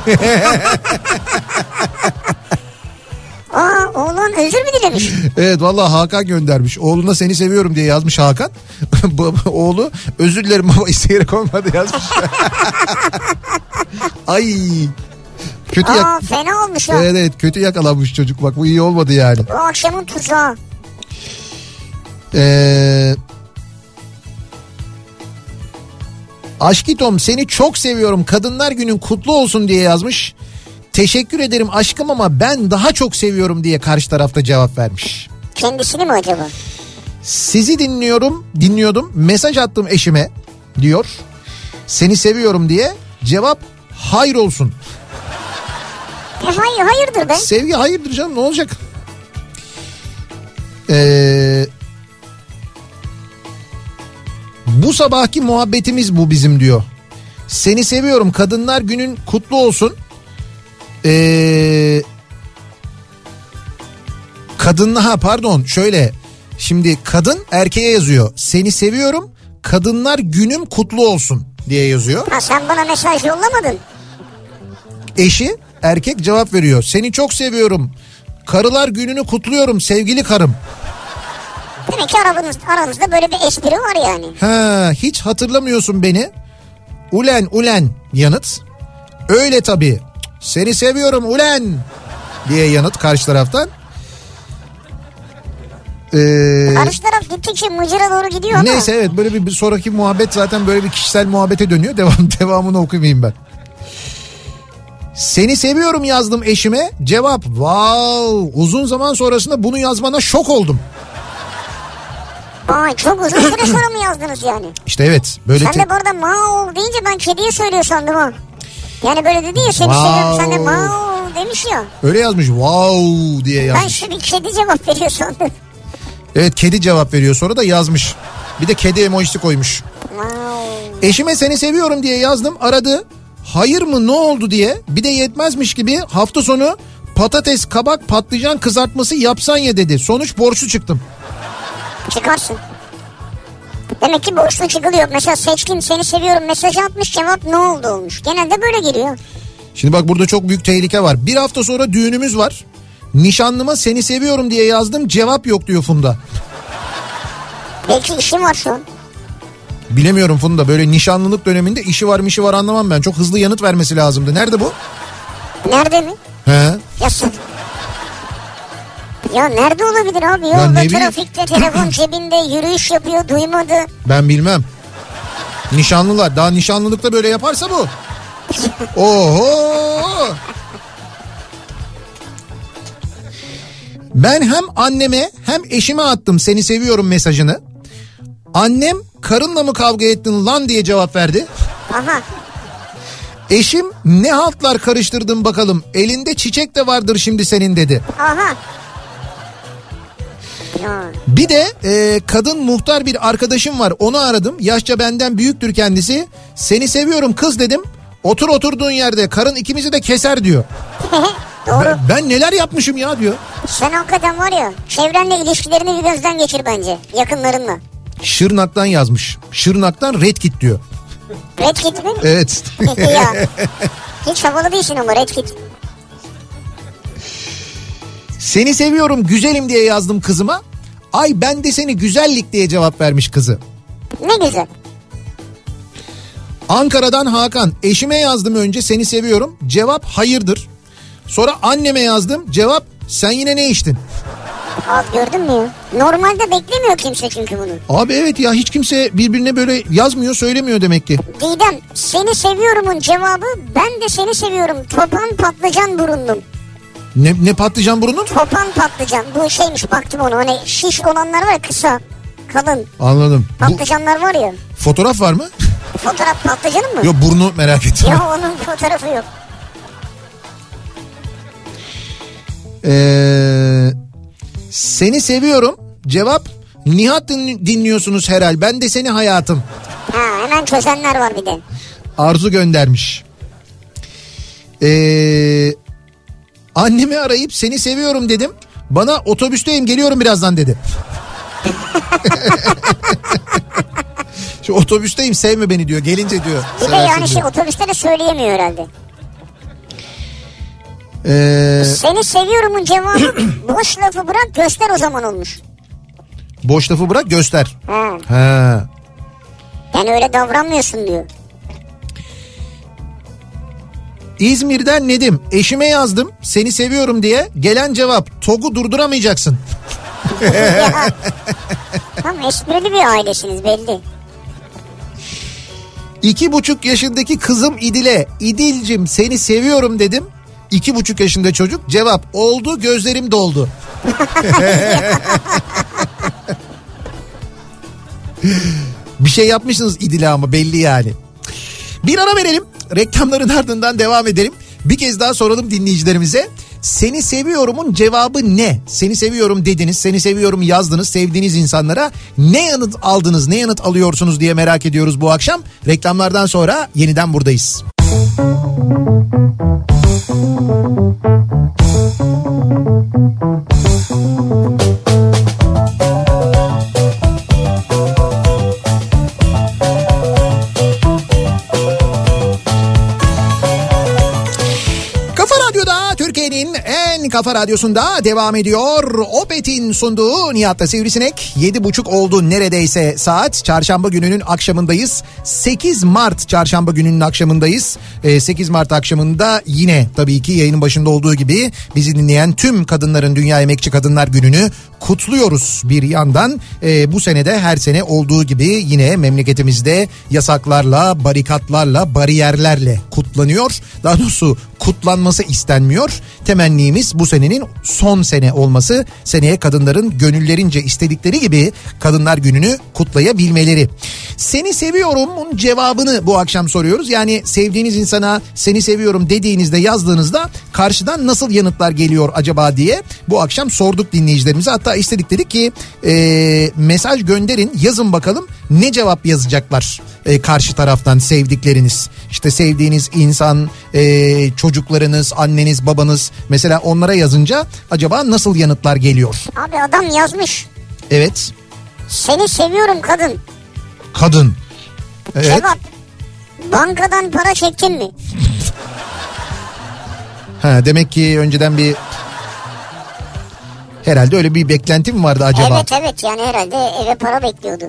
Aa, oğlan özür mü dilemiş? Evet vallahi Hakan göndermiş. Oğluna seni seviyorum diye yazmış Hakan. Oğlu özür dilerim baba, isteyerek olmadı yazmış. Ay. Kötü Aa, yak- fena olmuş o. Evet evet, kötü yakalanmış çocuk, bak bu iyi olmadı yani. Bu akşamın tuzağı. Eee... Aşkitom seni çok seviyorum, Kadınlar Günün kutlu olsun diye yazmış. Teşekkür ederim aşkım ama ben daha çok seviyorum diye karşı tarafta cevap vermiş. Kendisini mi acaba? Sizi dinliyorum, dinliyordum, mesaj attım eşime diyor. Seni seviyorum diye, cevap hayır olsun. E hayır, hayırdır be. Sevgi hayırdır canım, ne olacak? Eee... Bu sabahki muhabbetimiz bu bizim diyor. Seni seviyorum, Kadınlar Günün kutlu olsun. Ee, kadın ha pardon şöyle, şimdi kadın erkeğe yazıyor. Seni seviyorum, Kadınlar Günüm kutlu olsun diye yazıyor. Ha, sen bana mesaj yollamadın. Eşi erkek cevap veriyor. Seni çok seviyorum, Karılar Gününü kutluyorum sevgili karım. Demek ki aranız, aranızda böyle bir espri var yani. Ha, hiç hatırlamıyorsun beni. Ulen ulen yanıt. Öyle tabii. Seni seviyorum ulen diye yanıt karşı taraftan. Ee, Karşı taraf gittikçe mıcıra doğru gidiyor ama. Neyse evet, böyle bir, bir sonraki muhabbet zaten böyle bir kişisel muhabbete dönüyor. Devam devamını okumayayım ben. Seni seviyorum yazdım eşime. Cevap wow, uzun zaman sonrasında bunu yazmana şok oldum. Ay, çok uzun süre sonra mı yazdınız yani? İşte evet. Böyle sen te- de bu arada maol deyince ben kediye söylüyor sandım ha. Yani böyle dedi ya, seni Wow. seviyorum, sen de maol demiş ya. Öyle yazmış wow diye yazmış. Ben şimdi kedi cevap veriyor sandım. Evet, kedi cevap veriyor, sonra da yazmış. Bir de kedi emojisi koymuş. Wow. Eşime seni seviyorum diye yazdım, aradı. Hayır mı ne oldu diye, bir de yetmezmiş gibi hafta sonu patates, kabak, patlıcan kızartması yapsan ya dedi. Sonuç borçlu çıktım. Çıkarsın. Demek ki borçlu çıkılıyor. Mesela Seçkin seni seviyorum mesajı atmış, cevap ne oldu olmuş. Genelde böyle geliyor. Şimdi bak, burada çok büyük tehlike var. Bir hafta sonra düğünümüz var. Nişanlıma seni seviyorum diye yazdım, cevap yok diyor Funda. Belki işim var şu an. Bilemiyorum Funda, böyle nişanlılık döneminde işi var mışı var anlamam ben. Çok hızlı yanıt vermesi lazımdı. Nerede bu? Nerede mi? He. Yazsın. Ya nerede olabilir abi? Ya Yolda, ne bileyim. trafikte, telefon cebinde, yürüyüş yapıyor, duymadı. Ben bilmem. Nişanlılar daha nişanlılıkta böyle yaparsa bu. Oho. Ben hem anneme hem eşime attım seni seviyorum mesajını. Annem karınla mı kavga ettin lan diye cevap verdi. Aha. Eşim ne haltlar karıştırdın bakalım, elinde çiçek de vardır şimdi senin dedi. Aha. Ya. Bir de e, kadın muhtar bir arkadaşım var, onu aradım. Yaşça benden büyüktür kendisi. Seni seviyorum kız dedim. Otur oturduğun yerde, karın ikimizi de keser diyor. Doğru. Ben, ben neler yapmışım ya diyor. Sen hakikaten var ya, çevrenle ilişkilerini bir gözden geçir bence, yakınlarınla. Şırnak'tan yazmış. Şırnak'tan Red Kit diyor. Red Kit mi? Evet. Ya. Hiç havalı değilsin ama Red Kit. Seni seviyorum güzelim diye yazdım kızıma. Ay ben de seni güzellik diye cevap vermiş kızı. Ne güzel. Ankara'dan Hakan. Eşime yazdım önce seni seviyorum. Cevap hayırdır. Sonra anneme yazdım. Cevap sen yine ne içtin? Abi gördün mü ya? Normalde beklemiyor kimse çünkü bunu. Abi evet ya, hiç kimse birbirine böyle yazmıyor, söylemiyor demek ki. Didem seni seviyorumun cevabı ben de seni seviyorum. Topan patlıcan burundum. Ne, ne patlıcan burunun? Topan patlıcan. Bu şeymiş, baktım onu. Hani şiş olanlar var ya, kısa, kalın. Anladım. Patlıcanlar var ya. Bu, fotoğraf var mı? Fotoğraf patlıcanın mı? Yok, burnu merak ettim. Ya onun fotoğrafı yok. Ee, seni seviyorum. Cevap Nihat din- dinliyorsunuz herhal. Ben de seni hayatım. Ha, hemen çözenler var bir de. Arzu göndermiş. Ee, annemi arayıp seni seviyorum dedim. Bana otobüsteyim geliyorum birazdan dedi. Şu otobüsteyim sevme beni diyor. Gelince diyor. Bir de yani şey otobüste de söyleyemiyor herhalde. Ee, Seni seviyorumun cevabı boş lafı bırak göster o zaman olmuş. Boş lafı bırak göster. Ha. Ha. Yani öyle davranmıyorsun diyor. İzmir'den Nedim. Eşime yazdım seni seviyorum diye. Gelen cevap TOG'u durduramayacaksın. Ya, tam esprili bir ailesiniz belli. İki buçuk yaşındaki kızım İdil'e İdil'cim seni seviyorum dedim. İki buçuk yaşında çocuk cevap oldu gözlerim doldu. Bir şey yapmışsınız İdil'e ama belli yani. Bir ara verelim. Reklamların ardından devam edelim. Bir kez daha soralım dinleyicilerimize. Seni seviyorumun cevabı ne? Seni seviyorum dediniz, seni seviyorum yazdınız sevdiğiniz insanlara. Ne yanıt aldınız, ne yanıt alıyorsunuz diye merak ediyoruz bu akşam. Reklamlardan sonra yeniden buradayız. Kafa Radyosu'nda devam ediyor. Opet'in sunduğu Nihat'la Sivrisinek. Yedi buçuk oldu neredeyse saat. Çarşamba gününün akşamındayız. sekiz Mart çarşamba gününün akşamındayız. sekiz Mart akşamında yine tabii ki yayının başında olduğu gibi bizi dinleyen tüm kadınların Dünya Emekçi Kadınlar Günü'nü kutluyoruz bir yandan. Bu senede her sene olduğu gibi yine memleketimizde yasaklarla, barikatlarla, bariyerlerle kutlanıyor. Daha doğrusu kutlanması istenmiyor. Temennimiz bu senenin son sene olması. Seneye kadınların gönüllerince istedikleri gibi Kadınlar Günü'nü kutlayabilmeleri. Seni seviyorumun cevabını bu akşam soruyoruz. Yani sevdiğiniz insana seni seviyorum dediğinizde, yazdığınızda karşıdan nasıl yanıtlar geliyor acaba diye bu akşam sorduk dinleyicilerimize. Hatta istedik dedik ki e, mesaj gönderin, yazın bakalım ne cevap yazacaklar e, karşı taraftan sevdikleriniz. İşte sevdiğiniz insan, e, çocuklarınız, anneniz, babanız mesela onlara yazınca acaba nasıl yanıtlar geliyor? Abi adam yazmış. Evet. Seni seviyorum kadın. Kadın. Evet. Cevap. Bankadan para çektin mi? Ha, demek ki önceden bir herhalde öyle bir beklenti mi vardı acaba? Evet evet yani herhalde eve para bekliyordu.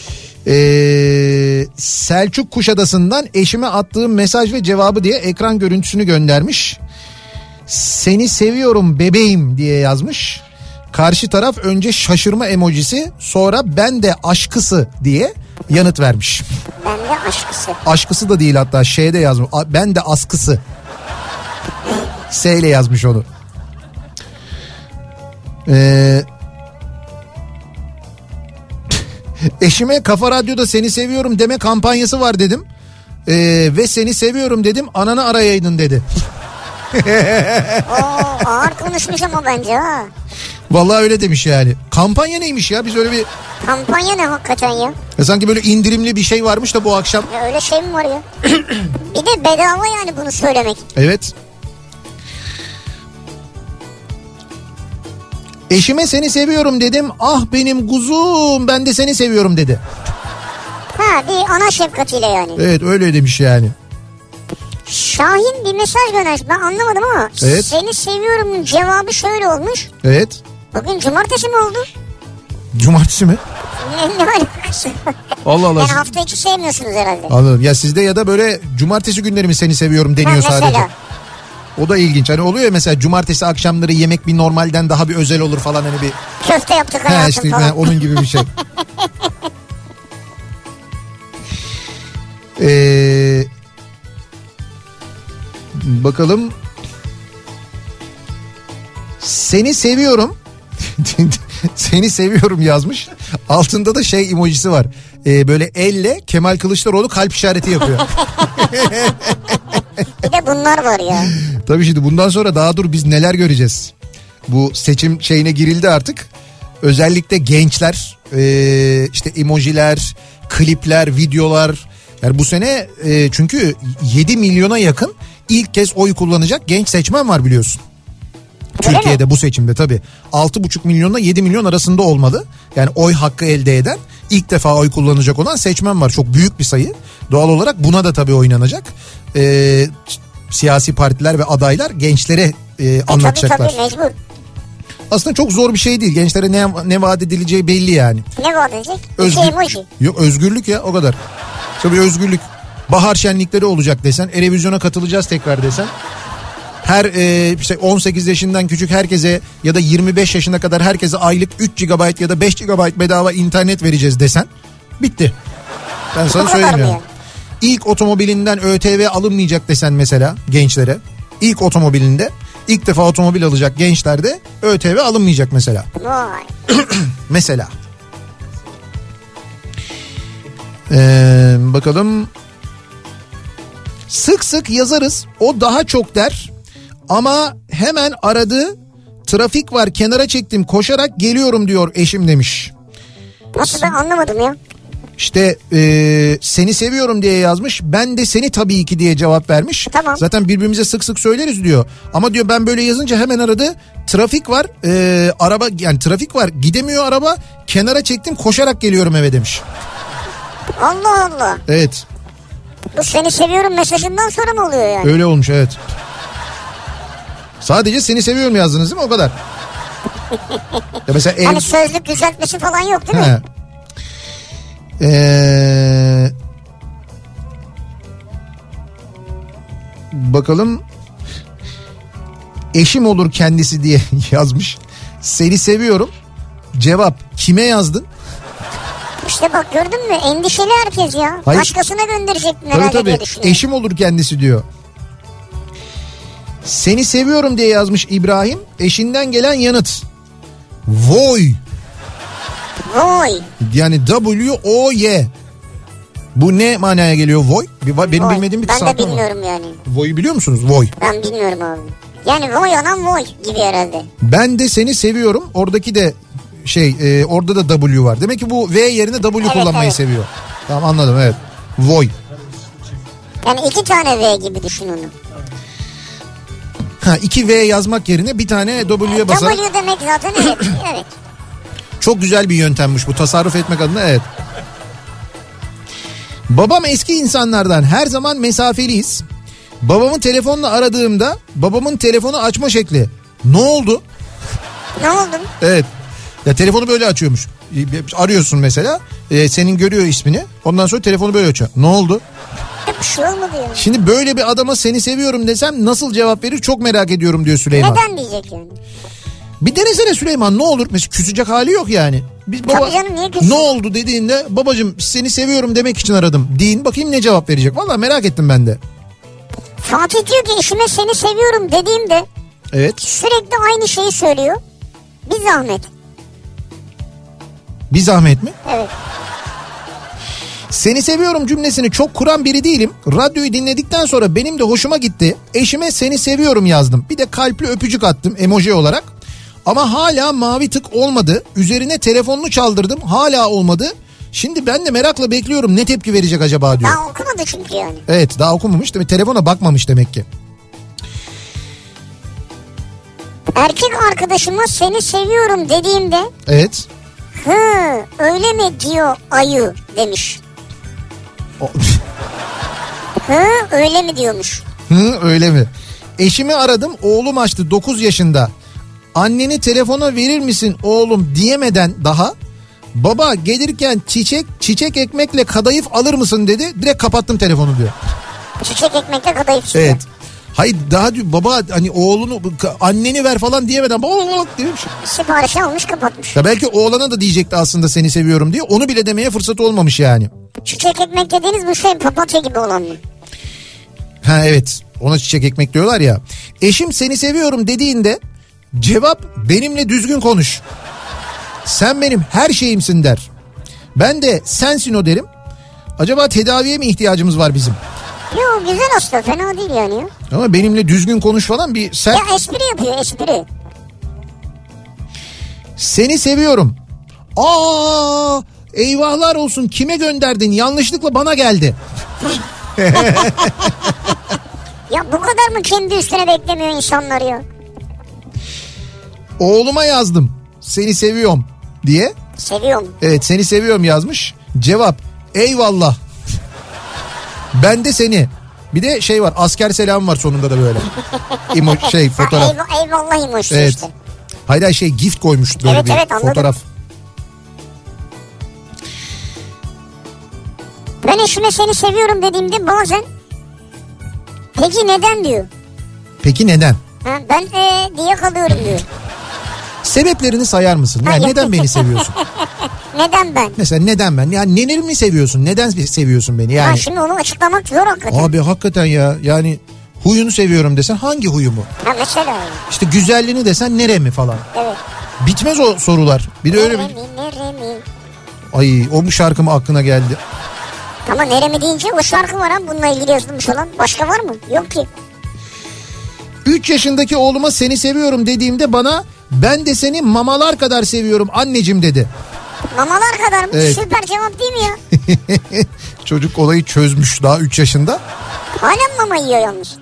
Ee, Selçuk Kuşadası'ndan eşime attığım mesaj ve cevabı diye ekran görüntüsünü göndermiş. Seni seviyorum bebeğim diye yazmış. Karşı taraf önce şaşırma emojisi, sonra ben de aşkısı diye yanıt vermiş. Ben de aşkısı. Aşkısı da değil, hatta şeyde yazmış. Ben de askısı. S ile yazmış onu. Eee Eşime Kafa Radyo'da seni seviyorum deme kampanyası var dedim. Ee, ve seni seviyorum dedim, ananı arayaydın dedi. Oo, ağır konuşmuş ama bence ha. Vallahi öyle demiş yani. Kampanya neymiş ya, biz öyle bir... Kampanya ne hakikaten ya? ya sanki böyle indirimli bir şey varmış da bu akşam. Ya öyle şey mi var ya? Bir de bedava yani bunu söylemek. Evet. Eşime seni seviyorum dedim. Ah benim kuzum, ben de seni seviyorum dedi. Ha, bir ana şefkatiyle yani. Evet, öyle demiş yani. Şahin bir mesaj göndermiş. Ben anlamadım ama evet. Seni seviyorum cevabı şöyle olmuş. Evet. Bugün cumartesi mi oldu? Cumartesi mi? Ne, ne alakası? Allah Allah. Yani hafta içi sevmiyorsunuz herhalde. Anladım. Ya sizde ya da böyle cumartesi günleri mi seni seviyorum deniyor ha, sadece. O da ilginç. Hani oluyor ya mesela cumartesi akşamları yemek bir normalden daha bir özel olur falan, hani bir... Köfte yaptık hayatım işte, falan. Ha, onun gibi bir şey. Ee, bakalım. Seni seviyorum. Seni seviyorum yazmış. Altında da şey emojisi var. Ee, böyle elle Kemal Kılıçdaroğlu kalp işareti yapıyor. Bir de bunlar var ya. Tabii şimdi bundan sonra daha dur biz neler göreceğiz. Bu seçim şeyine girildi artık. Özellikle gençler e, işte emojiler, klipler, videolar. Yani bu sene e, çünkü yedi milyona yakın ilk kez oy kullanacak genç seçmen var biliyorsun. Öyle Türkiye'de mi? bu seçimde tabii altı buçuk milyonla yedi milyon arasında olmalı. Yani oy hakkı elde eden, ilk defa oy kullanacak olan seçmen var. Çok büyük bir sayı. Doğal olarak buna da tabii oynanacak. Ee, siyasi partiler ve adaylar gençlere e, anlatacaklar. E, tabii tabii mecbur. Aslında çok zor bir şey değil. Gençlere ne, ne vaat edileceği belli yani. Ne vaat edecek? Özgür... İki emoji. Yok, özgürlük ya, o kadar. Tabii özgürlük. Bahar şenlikleri olacak desen, televizyona katılacağız tekrar desen. Her e, işte on sekiz yaşından küçük herkese ya da yirmi beş yaşına kadar herkese aylık üç gigabayt ya da beş gigabayt bedava internet vereceğiz desen bitti. Ben sana söyleyeyim yani. İlk otomobilinden ÖTV alınmayacak desen mesela gençlere. İlk otomobilinde ilk defa otomobil alacak gençlerde ÖTV alınmayacak mesela. Vay. Mesela. Ee, bakalım. Sık sık yazarız, o daha çok der. Ama hemen aradı, trafik var kenara çektim koşarak geliyorum diyor eşim demiş. Nasıl, ben anlamadım ya. İşte e, seni seviyorum diye yazmış, ben de seni tabii ki diye cevap vermiş. Tamam. Zaten birbirimize sık sık söyleriz diyor. Ama diyor ben böyle yazınca hemen aradı, trafik var e, araba yani trafik var gidemiyor araba, kenara çektim koşarak geliyorum eve demiş. Allah Allah. Evet. Bu seni seviyorum mesajından sonra mı oluyor yani? Öyle olmuş, evet. Sadece seni seviyorum yazdınız değil mi, o kadar? Ya mesela ev... Hani sözlük düzeltmesi falan yok değil mi? He. Ee... Bakalım. Eşim olur kendisi diye yazmış. Seni seviyorum. Cevap, kime yazdın? İşte bak, gördün mü? Endişeli herkes ya. Hayır. Başkasına gönderecektin Tabii herhalde tabii. diye düşünüyorum. Eşim olur kendisi diyor. Seni seviyorum diye yazmış İbrahim. Eşinden gelen yanıt. Voy. Voy. Yani W O Y. Bu ne manaya geliyor voy? Benim Voy. bilmediğim bir Ben kısaltma de mı? bilmiyorum yani. Voy'u biliyor musunuz? Voy. Ben bilmiyorum abi. Yani voy anam voy gibi herhalde. Ben de seni seviyorum. Oradaki de şey e, orada da W var. Demek ki bu V yerine W Evet, kullanmayı evet. seviyor. Tamam, anladım, evet. Voy. Yani iki tane V gibi düşün onu. Ha, iki V yazmak yerine bir tane W'ye basarak. W demek zaten evet. Evet. Çok güzel bir yöntemmiş bu, tasarruf etmek adına, evet. Babam eski insanlardan, her zaman mesafeliyiz. Babamı telefonla aradığımda babamın telefonu açma şekli. Ne oldu? Ne oldu? Evet. Ya telefonu böyle açıyormuş. Arıyorsun mesela. E, senin görüyor ismini. Ondan sonra telefonu böyle açıyor. Ne oldu? Bir şey olmadı yani. Şimdi böyle bir adama seni seviyorum desem nasıl cevap verir çok merak ediyorum diyor Süleyman. Neden diyecek yani? Bir denesene Süleyman, ne olur. Mesela küsecek hali yok yani. Biz baba, Tabii canım, niye küssün? ne oldu dediğinde babacığım seni seviyorum demek için aradım deyin, bakayım ne cevap verecek. Vallahi merak ettim ben de. Fatih diyor ki eşime seni seviyorum dediğimde Evet. sürekli aynı şeyi söylüyor. Bir zahmet. Bir zahmet mi? Evet. Seni seviyorum cümlesini çok kuran biri değilim. Radyoyu dinledikten sonra benim de hoşuma gitti. Eşime seni seviyorum yazdım. Bir de kalpli öpücük attım emoji olarak. Ama hala mavi tık olmadı. Üzerine telefonunu çaldırdım. Hala olmadı. Şimdi ben de merakla bekliyorum ne tepki verecek acaba diyor. Daha okumadı çünkü yani. Evet, daha okumamış. Demek telefona bakmamış demek ki. Erkek arkadaşıma seni seviyorum dediğimde Evet. hı öyle mi diyor ayı demiş. O... Hı öyle mi diyormuş. Hı, öyle mi? Eşimi aradım, oğlum açtı dokuz yaşında. Anneni telefona verir misin oğlum diyemeden daha baba gelirken çiçek çiçek ekmekle kadayıf alır mısın dedi. Direkt kapattım telefonu diyor. Çiçek ekmekle kadayıf istiyor. Evet. Hayır daha diyor baba hani oğlunu anneni ver falan diyemeden baba baba demiş. Siparişi almış kapatmış. Ya belki oğlana da diyecekti aslında seni seviyorum diye. Onu bile demeye fırsatı olmamış yani. Çiçek ekmek dediğiniz bu şey papatya gibi olan mı? Ha evet, ona çiçek ekmek diyorlar ya. Eşim seni seviyorum dediğinde cevap benimle düzgün konuş. Sen benim her şeyimsin der. Ben de sensin o derim. Acaba tedaviye mi ihtiyacımız var bizim? Yok güzel aslında, fena değil yani ya. Ama benimle düzgün konuş falan bir sert... Ya espri yapıyor espri. Seni seviyorum. Aa, eyvahlar olsun, kime gönderdin? Yanlışlıkla bana geldi. Ya bu kadar mı kendi üstüne beklemiyor insanlar ya? Oğluma yazdım. Seni seviyorum diye. Seviyorum. Evet, seni seviyorum yazmış. Cevap eyvallah. Ben de seni. Bir de şey var, asker selamı var sonunda da böyle. İmo, şey fotoğraf. Ha, eyv- eyvallah imojisi Evet. işte. Hayır hayır, şey gift koymuş böyle Evet, bir evet, anladım. fotoğraf. Ben eşime seni seviyorum dediğimde bazen peki neden diyor. Peki neden? Ha, ben ee, diye kalıyorum diyor. Sebeplerini sayar mısın? Yani Hayır. neden beni seviyorsun? Neden ben? Mesela neden ben? Yani nelerimi seviyorsun? Neden seviyorsun beni? Yani Ha, şimdi onu açıklamak zor hakikaten. abi hakikaten ya, yani huyunu seviyorum desen hangi huyumu? Ha mesela. İşte güzelliğini desen neremi falan. Evet. Bitmez o sorular. Bir de öyle bir... Neremi neremi. Ay, o mu şarkı mı aklına geldi? Ama neremi deyince o şarkı var ha, bununla ilgili yazılmış olan. Başka var mı? Yok ki. üç yaşındaki oğluma seni seviyorum dediğimde bana ben de seni mamalar kadar seviyorum anneciğim dedi. Mamalar kadar mı? Evet. Süper cevap değil mi ya? Çocuk olayı çözmüş daha üç yaşında. Halen mama yiyor yalnız.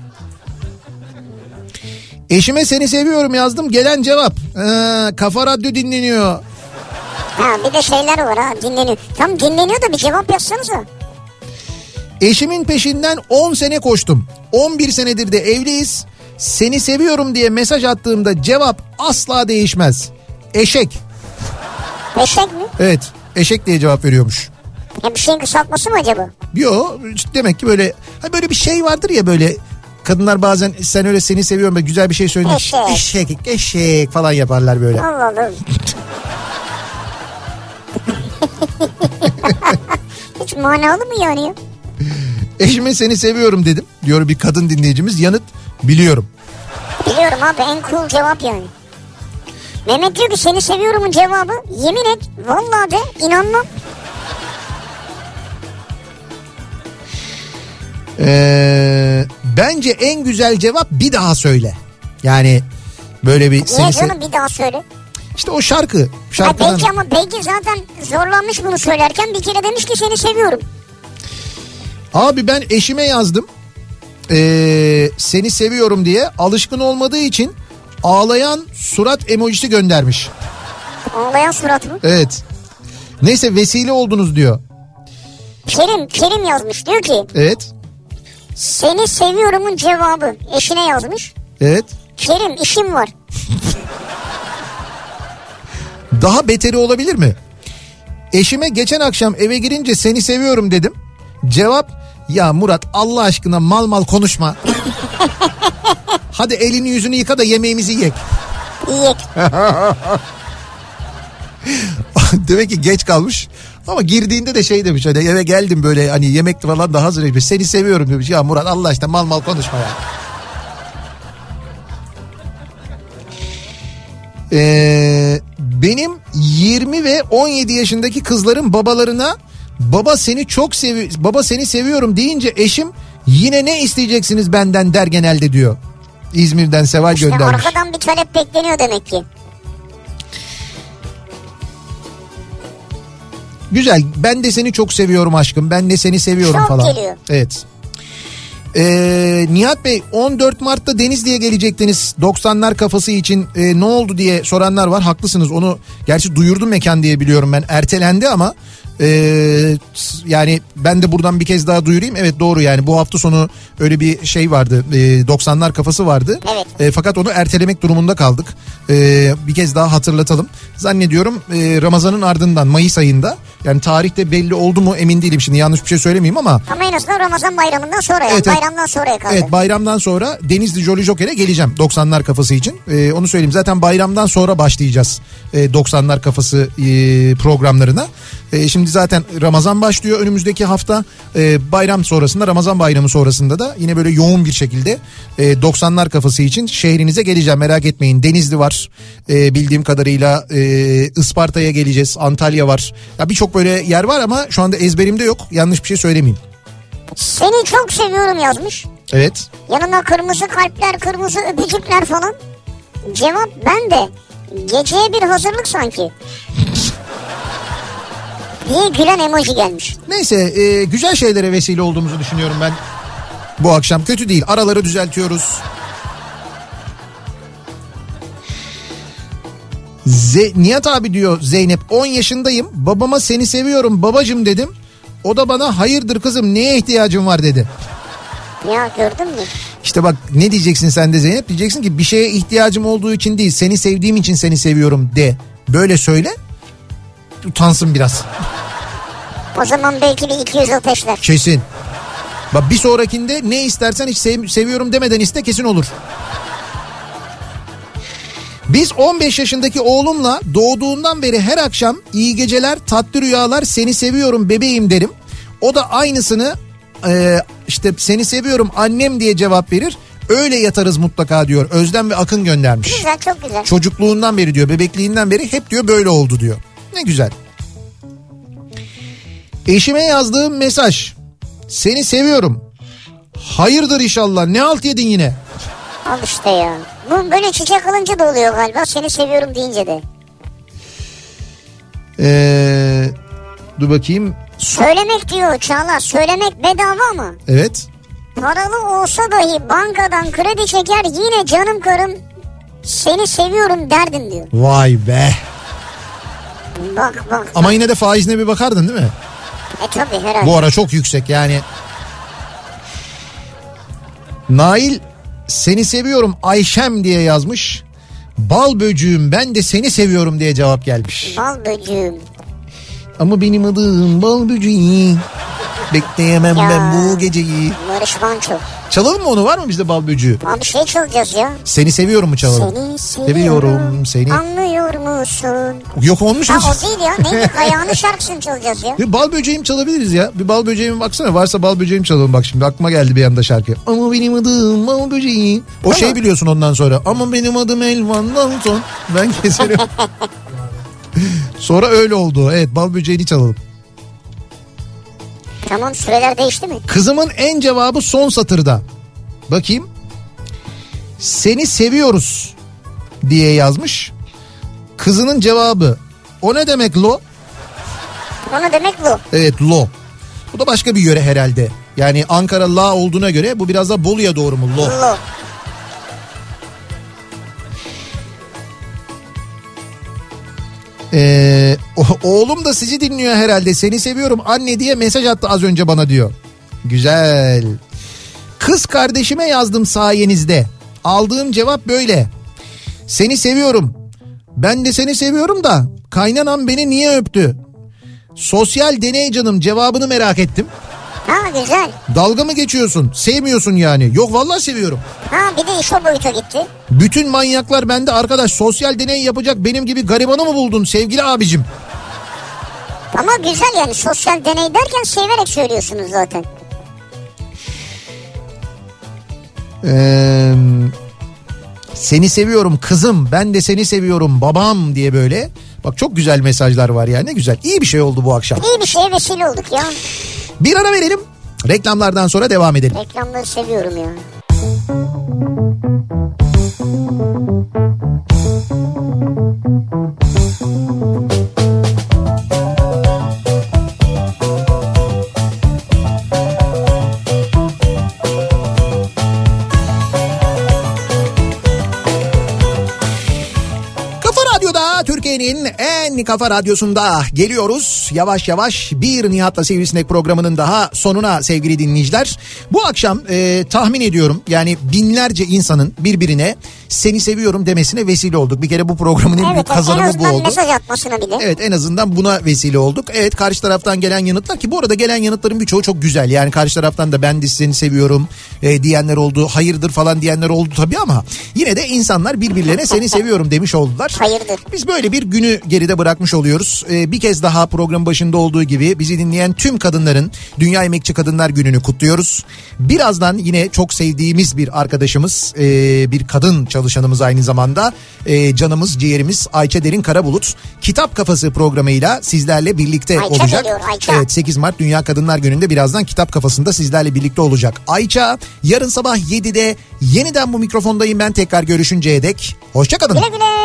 Eşime seni seviyorum yazdım, gelen cevap. Ee, Kafa Radyo dinleniyor. Ha bir de şeyler var ha, dinleniyor. Tam dinleniyor da bir cevap yazsanıza. Eşimin peşinden on sene koştum. on bir senedir de evliyiz. Seni seviyorum diye mesaj attığımda cevap asla değişmez. Eşek. Eşek mi? Evet, eşek diye cevap veriyormuş. Ya bir şeyin kısaltması mı acaba? Yo, işte demek ki böyle hani böyle bir şey vardır ya, böyle kadınlar bazen sen öyle seni seviyorum ve güzel bir şey söyleyince Eşek. eşek eşek falan yaparlar böyle. Allah Allah. Hiç manalı mı yani ya? Eşime seni seviyorum dedim diyor bir kadın dinleyicimiz. Yanıt biliyorum. Biliyorum abi, en cool cevap yani. Mehmet diyor ki seni seviyorumun cevabı yemin et, vallahi de inanmam. Ee, bence en güzel cevap bir daha söyle. Yani böyle bir Niye seni se- canım bir daha söyle. İşte o şarkı. Ha, Şarkıdan... belki ama belki zaten zorlanmış bunu söylerken, bir kere demiş ki seni seviyorum. Abi ben eşime yazdım. Ee, seni seviyorum diye, alışkın olmadığı için ağlayan surat emojisi göndermiş. Ağlayan surat mı? Evet. Neyse, vesile oldunuz diyor. Kerim, Kerim yazmış, diyor ki Evet. seni seviyorumun cevabı eşine yazmış. Evet. Kerim işim var. Daha beteri olabilir mi? Eşime geçen akşam eve girince seni seviyorum dedim. Cevap, ya Murat Allah aşkına mal mal konuşma. Hadi elini yüzünü yıka da yemeğimizi yiyek. Yiyek. Demek ki geç kalmış. Ama girdiğinde de şey demiş, hani eve geldim böyle hani yemek falan da hazır etmiş. Seni seviyorum demiş. Ya Murat Allah aşkına mal mal konuşma ya. Ee, benim yirmi ve on yedi yaşındaki kızların babalarına baba seni çok sevi baba seni seviyorum deyince eşim yine ne isteyeceksiniz benden der genelde diyor. İzmir'den Seval İşte göndermiş. arkadan bir talep bekleniyor demek ki. Güzel, ben de seni çok seviyorum aşkım, ben de seni seviyorum Çok falan. geliyor. Evet. Ee, Nihat Bey, on dört Mart'ta Denizli'ye gelecektiniz doksanlar kafası için, e, ne oldu diye soranlar var. Haklısınız, onu gerçi duyurdum mekan diye biliyorum ben, ertelendi ama e, yani ben de buradan bir kez daha duyurayım. Evet doğru, yani bu hafta sonu öyle bir şey vardı, e, doksanlar kafası vardı. Evet. E, fakat onu ertelemek durumunda kaldık. E, bir kez daha hatırlatalım. Zannediyorum e, Ramazan'ın ardından Mayıs ayında, yani tarihte belli oldu mu emin değilim şimdi, yanlış bir şey söylemeyeyim ama. Ama en azından Ramazan bayramından sonra, yani Evet, evet. bayramdan sonraya kaldı. Evet, bayramdan sonra Denizli Jolly Joker'e geleceğim doksanlar kafası için. Ee, onu söyleyeyim, zaten bayramdan sonra başlayacağız e, doksanlar kafası e, programlarına. E, şimdi zaten Ramazan başlıyor önümüzdeki hafta. E, bayram sonrasında, Ramazan bayramı sonrasında da yine böyle yoğun bir şekilde e, doksanlar kafası için şehrinize geleceğim, merak etmeyin. Denizli var e, bildiğim kadarıyla, e, Isparta'ya geleceğiz, Antalya var. Ya birçok böyle yer var ama şu anda ezberimde yok, yanlış bir şey söylemeyeyim. Seni çok seviyorum yazmış. Evet. Yanına kırmızı kalpler, kırmızı öpücükler falan. Cevap ben de. Geceye bir hazırlık sanki. diye gülen emoji gelmiş. Neyse e, güzel şeylere vesile olduğumuzu düşünüyorum ben. Bu akşam kötü değil. Araları düzeltiyoruz. Z- Nihat abi diyor Zeynep, on yaşındayım. Babama seni seviyorum babacım dedim. O da bana hayırdır kızım neye ihtiyacın var dedi. Ya gördün mü? İşte bak ne diyeceksin sen de Zeynep? Diyeceksin ki bir şeye ihtiyacım olduğu için değil, seni sevdiğim için seni seviyorum de. Böyle söyle. Utansın biraz. O zaman belki bir iki yüz ateşler. Kesin. Bak bir sonrakinde ne istersen hiç sev- seviyorum demeden iste, kesin olur. Biz on beş yaşındaki oğlumla doğduğundan beri her akşam iyi geceler, tatlı rüyalar, seni seviyorum bebeğim derim. O da aynısını e, işte seni seviyorum annem diye cevap verir. Öyle yatarız mutlaka diyor. Özlem ve Akın göndermiş. Güzel, çok güzel. Çocukluğundan beri diyor, bebekliğinden beri hep diyor böyle oldu diyor. Ne güzel. Eşime yazdığım mesaj. Seni seviyorum. Hayırdır inşallah, ne halt yedin yine? Al işte ya. Bu böyle çiçek alınca da oluyor galiba, seni seviyorum deyince de. Ee, dur bakayım. Söylemek diyor Çağla, söylemek bedava mı? Evet. Paralı olsa dahi bankadan kredi çeker yine canım karım seni seviyorum derdin diyor. Vay be. Bak bak. Ama yine de faizine bir bakardın değil mi? E tabi herhalde. Bu ara çok yüksek yani. Nail seni seviyorum Ayşem diye yazmış. Bal böcüğüm ben de seni seviyorum diye cevap gelmiş. Bal böcüğüm. Ama benim adım bal böceği. Bekleyemem Ya. ben bu geceyi. Barış Manço. Çalalım mı onu, var mı bizde bal böcüğü? Abi şey çalacağız ya. Seni seviyorum mu çalalım? Seni seviyorum. Seviyorum seni. Anlıyor musun? Yok olmuş Ha mu? o değil ya. Neydi? Ayağını şarkısını çalacağız ya. Bir bal böceğim çalabiliriz ya. Bir bal böceğime baksana. Varsa bal böceğim çalalım bak şimdi. Aklıma geldi bir anda şarkı. Ama benim adım bal böceği. O Tamam. şey biliyorsun ondan sonra. Ama benim adım Elvan Dalton. Ben keserim. Sonra öyle oldu. Evet, bal böceğini çalalım. Tamam, süreler değişti mi? Kızımın en cevabı son satırda. Bakayım. Seni seviyoruz diye yazmış. Kızının cevabı. O ne demek lo? Onu demek bu. Evet, lo. Bu da başka bir yöre herhalde. Yani Ankara la olduğuna göre bu biraz da Bolu'ya doğru mu lo? Lo. Ee, o- oğlum da sizi dinliyor herhalde. Seni seviyorum anne diye mesaj attı az önce bana diyor. Güzel. Kız kardeşime yazdım sayenizde. Aldığım cevap böyle. Seni seviyorum. Ben de seni seviyorum da kaynanam beni niye öptü? Sosyal deney canım, cevabını merak ettim. Ha güzel. Dalga mı geçiyorsun? Sevmiyorsun yani. Yok vallahi seviyorum. Ha bir de iş o boyuta gitti. Bütün manyaklar bende arkadaş. Sosyal deney yapacak benim gibi garibanı mı buldun sevgili abicim? Ama güzel yani, sosyal deney derken severek söylüyorsunuz zaten. Ee, seni seviyorum kızım, ben de seni seviyorum babam diye böyle. Bak çok güzel mesajlar var ya, ne güzel. İyi bir şey oldu bu akşam. İyi bir şeye vesile olduk ya. Bir ara verelim. Reklamlardan sonra devam edelim. Reklamları seviyorum ya. Türkiye'nin en kafa radyosunda geliyoruz. Yavaş yavaş bir Nihat'la Sivrisinek programının daha sonuna sevgili dinleyiciler. Bu akşam e, tahmin ediyorum yani binlerce insanın birbirine seni seviyorum demesine vesile olduk. Bir kere bu programın en Evet, büyük en kazanımı bu azından oldu. mesaj atmasına bile. Evet, en azından buna vesile olduk. Evet, karşı taraftan gelen yanıtlar, ki bu arada gelen yanıtların birçoğu çok güzel. Yani karşı taraftan da ben de seni seviyorum e, diyenler oldu. Hayırdır falan diyenler oldu tabii ama yine de insanlar birbirlerine seni seviyorum demiş oldular. Hayırdır. Biz böyle bir günü geride bırakmış oluyoruz. Ee, bir kez daha program başında olduğu gibi bizi dinleyen tüm kadınların Dünya Emekçi Kadınlar Günü'nü kutluyoruz. Birazdan yine çok sevdiğimiz bir arkadaşımız, e, bir kadın çalışanımız aynı zamanda e, canımız, ciğerimiz Ayça Derin Karabulut Kitap Kafası programıyla sizlerle birlikte Ayça olacak. geliyor, Ayça. Evet, sekiz Mart Dünya Kadınlar Günü'nde birazdan Kitap Kafası'nda sizlerle birlikte olacak. Ayça yarın sabah yedide yeniden bu mikrofondayım ben, tekrar görüşünceye dek. Hoşça kalın. Güle güle.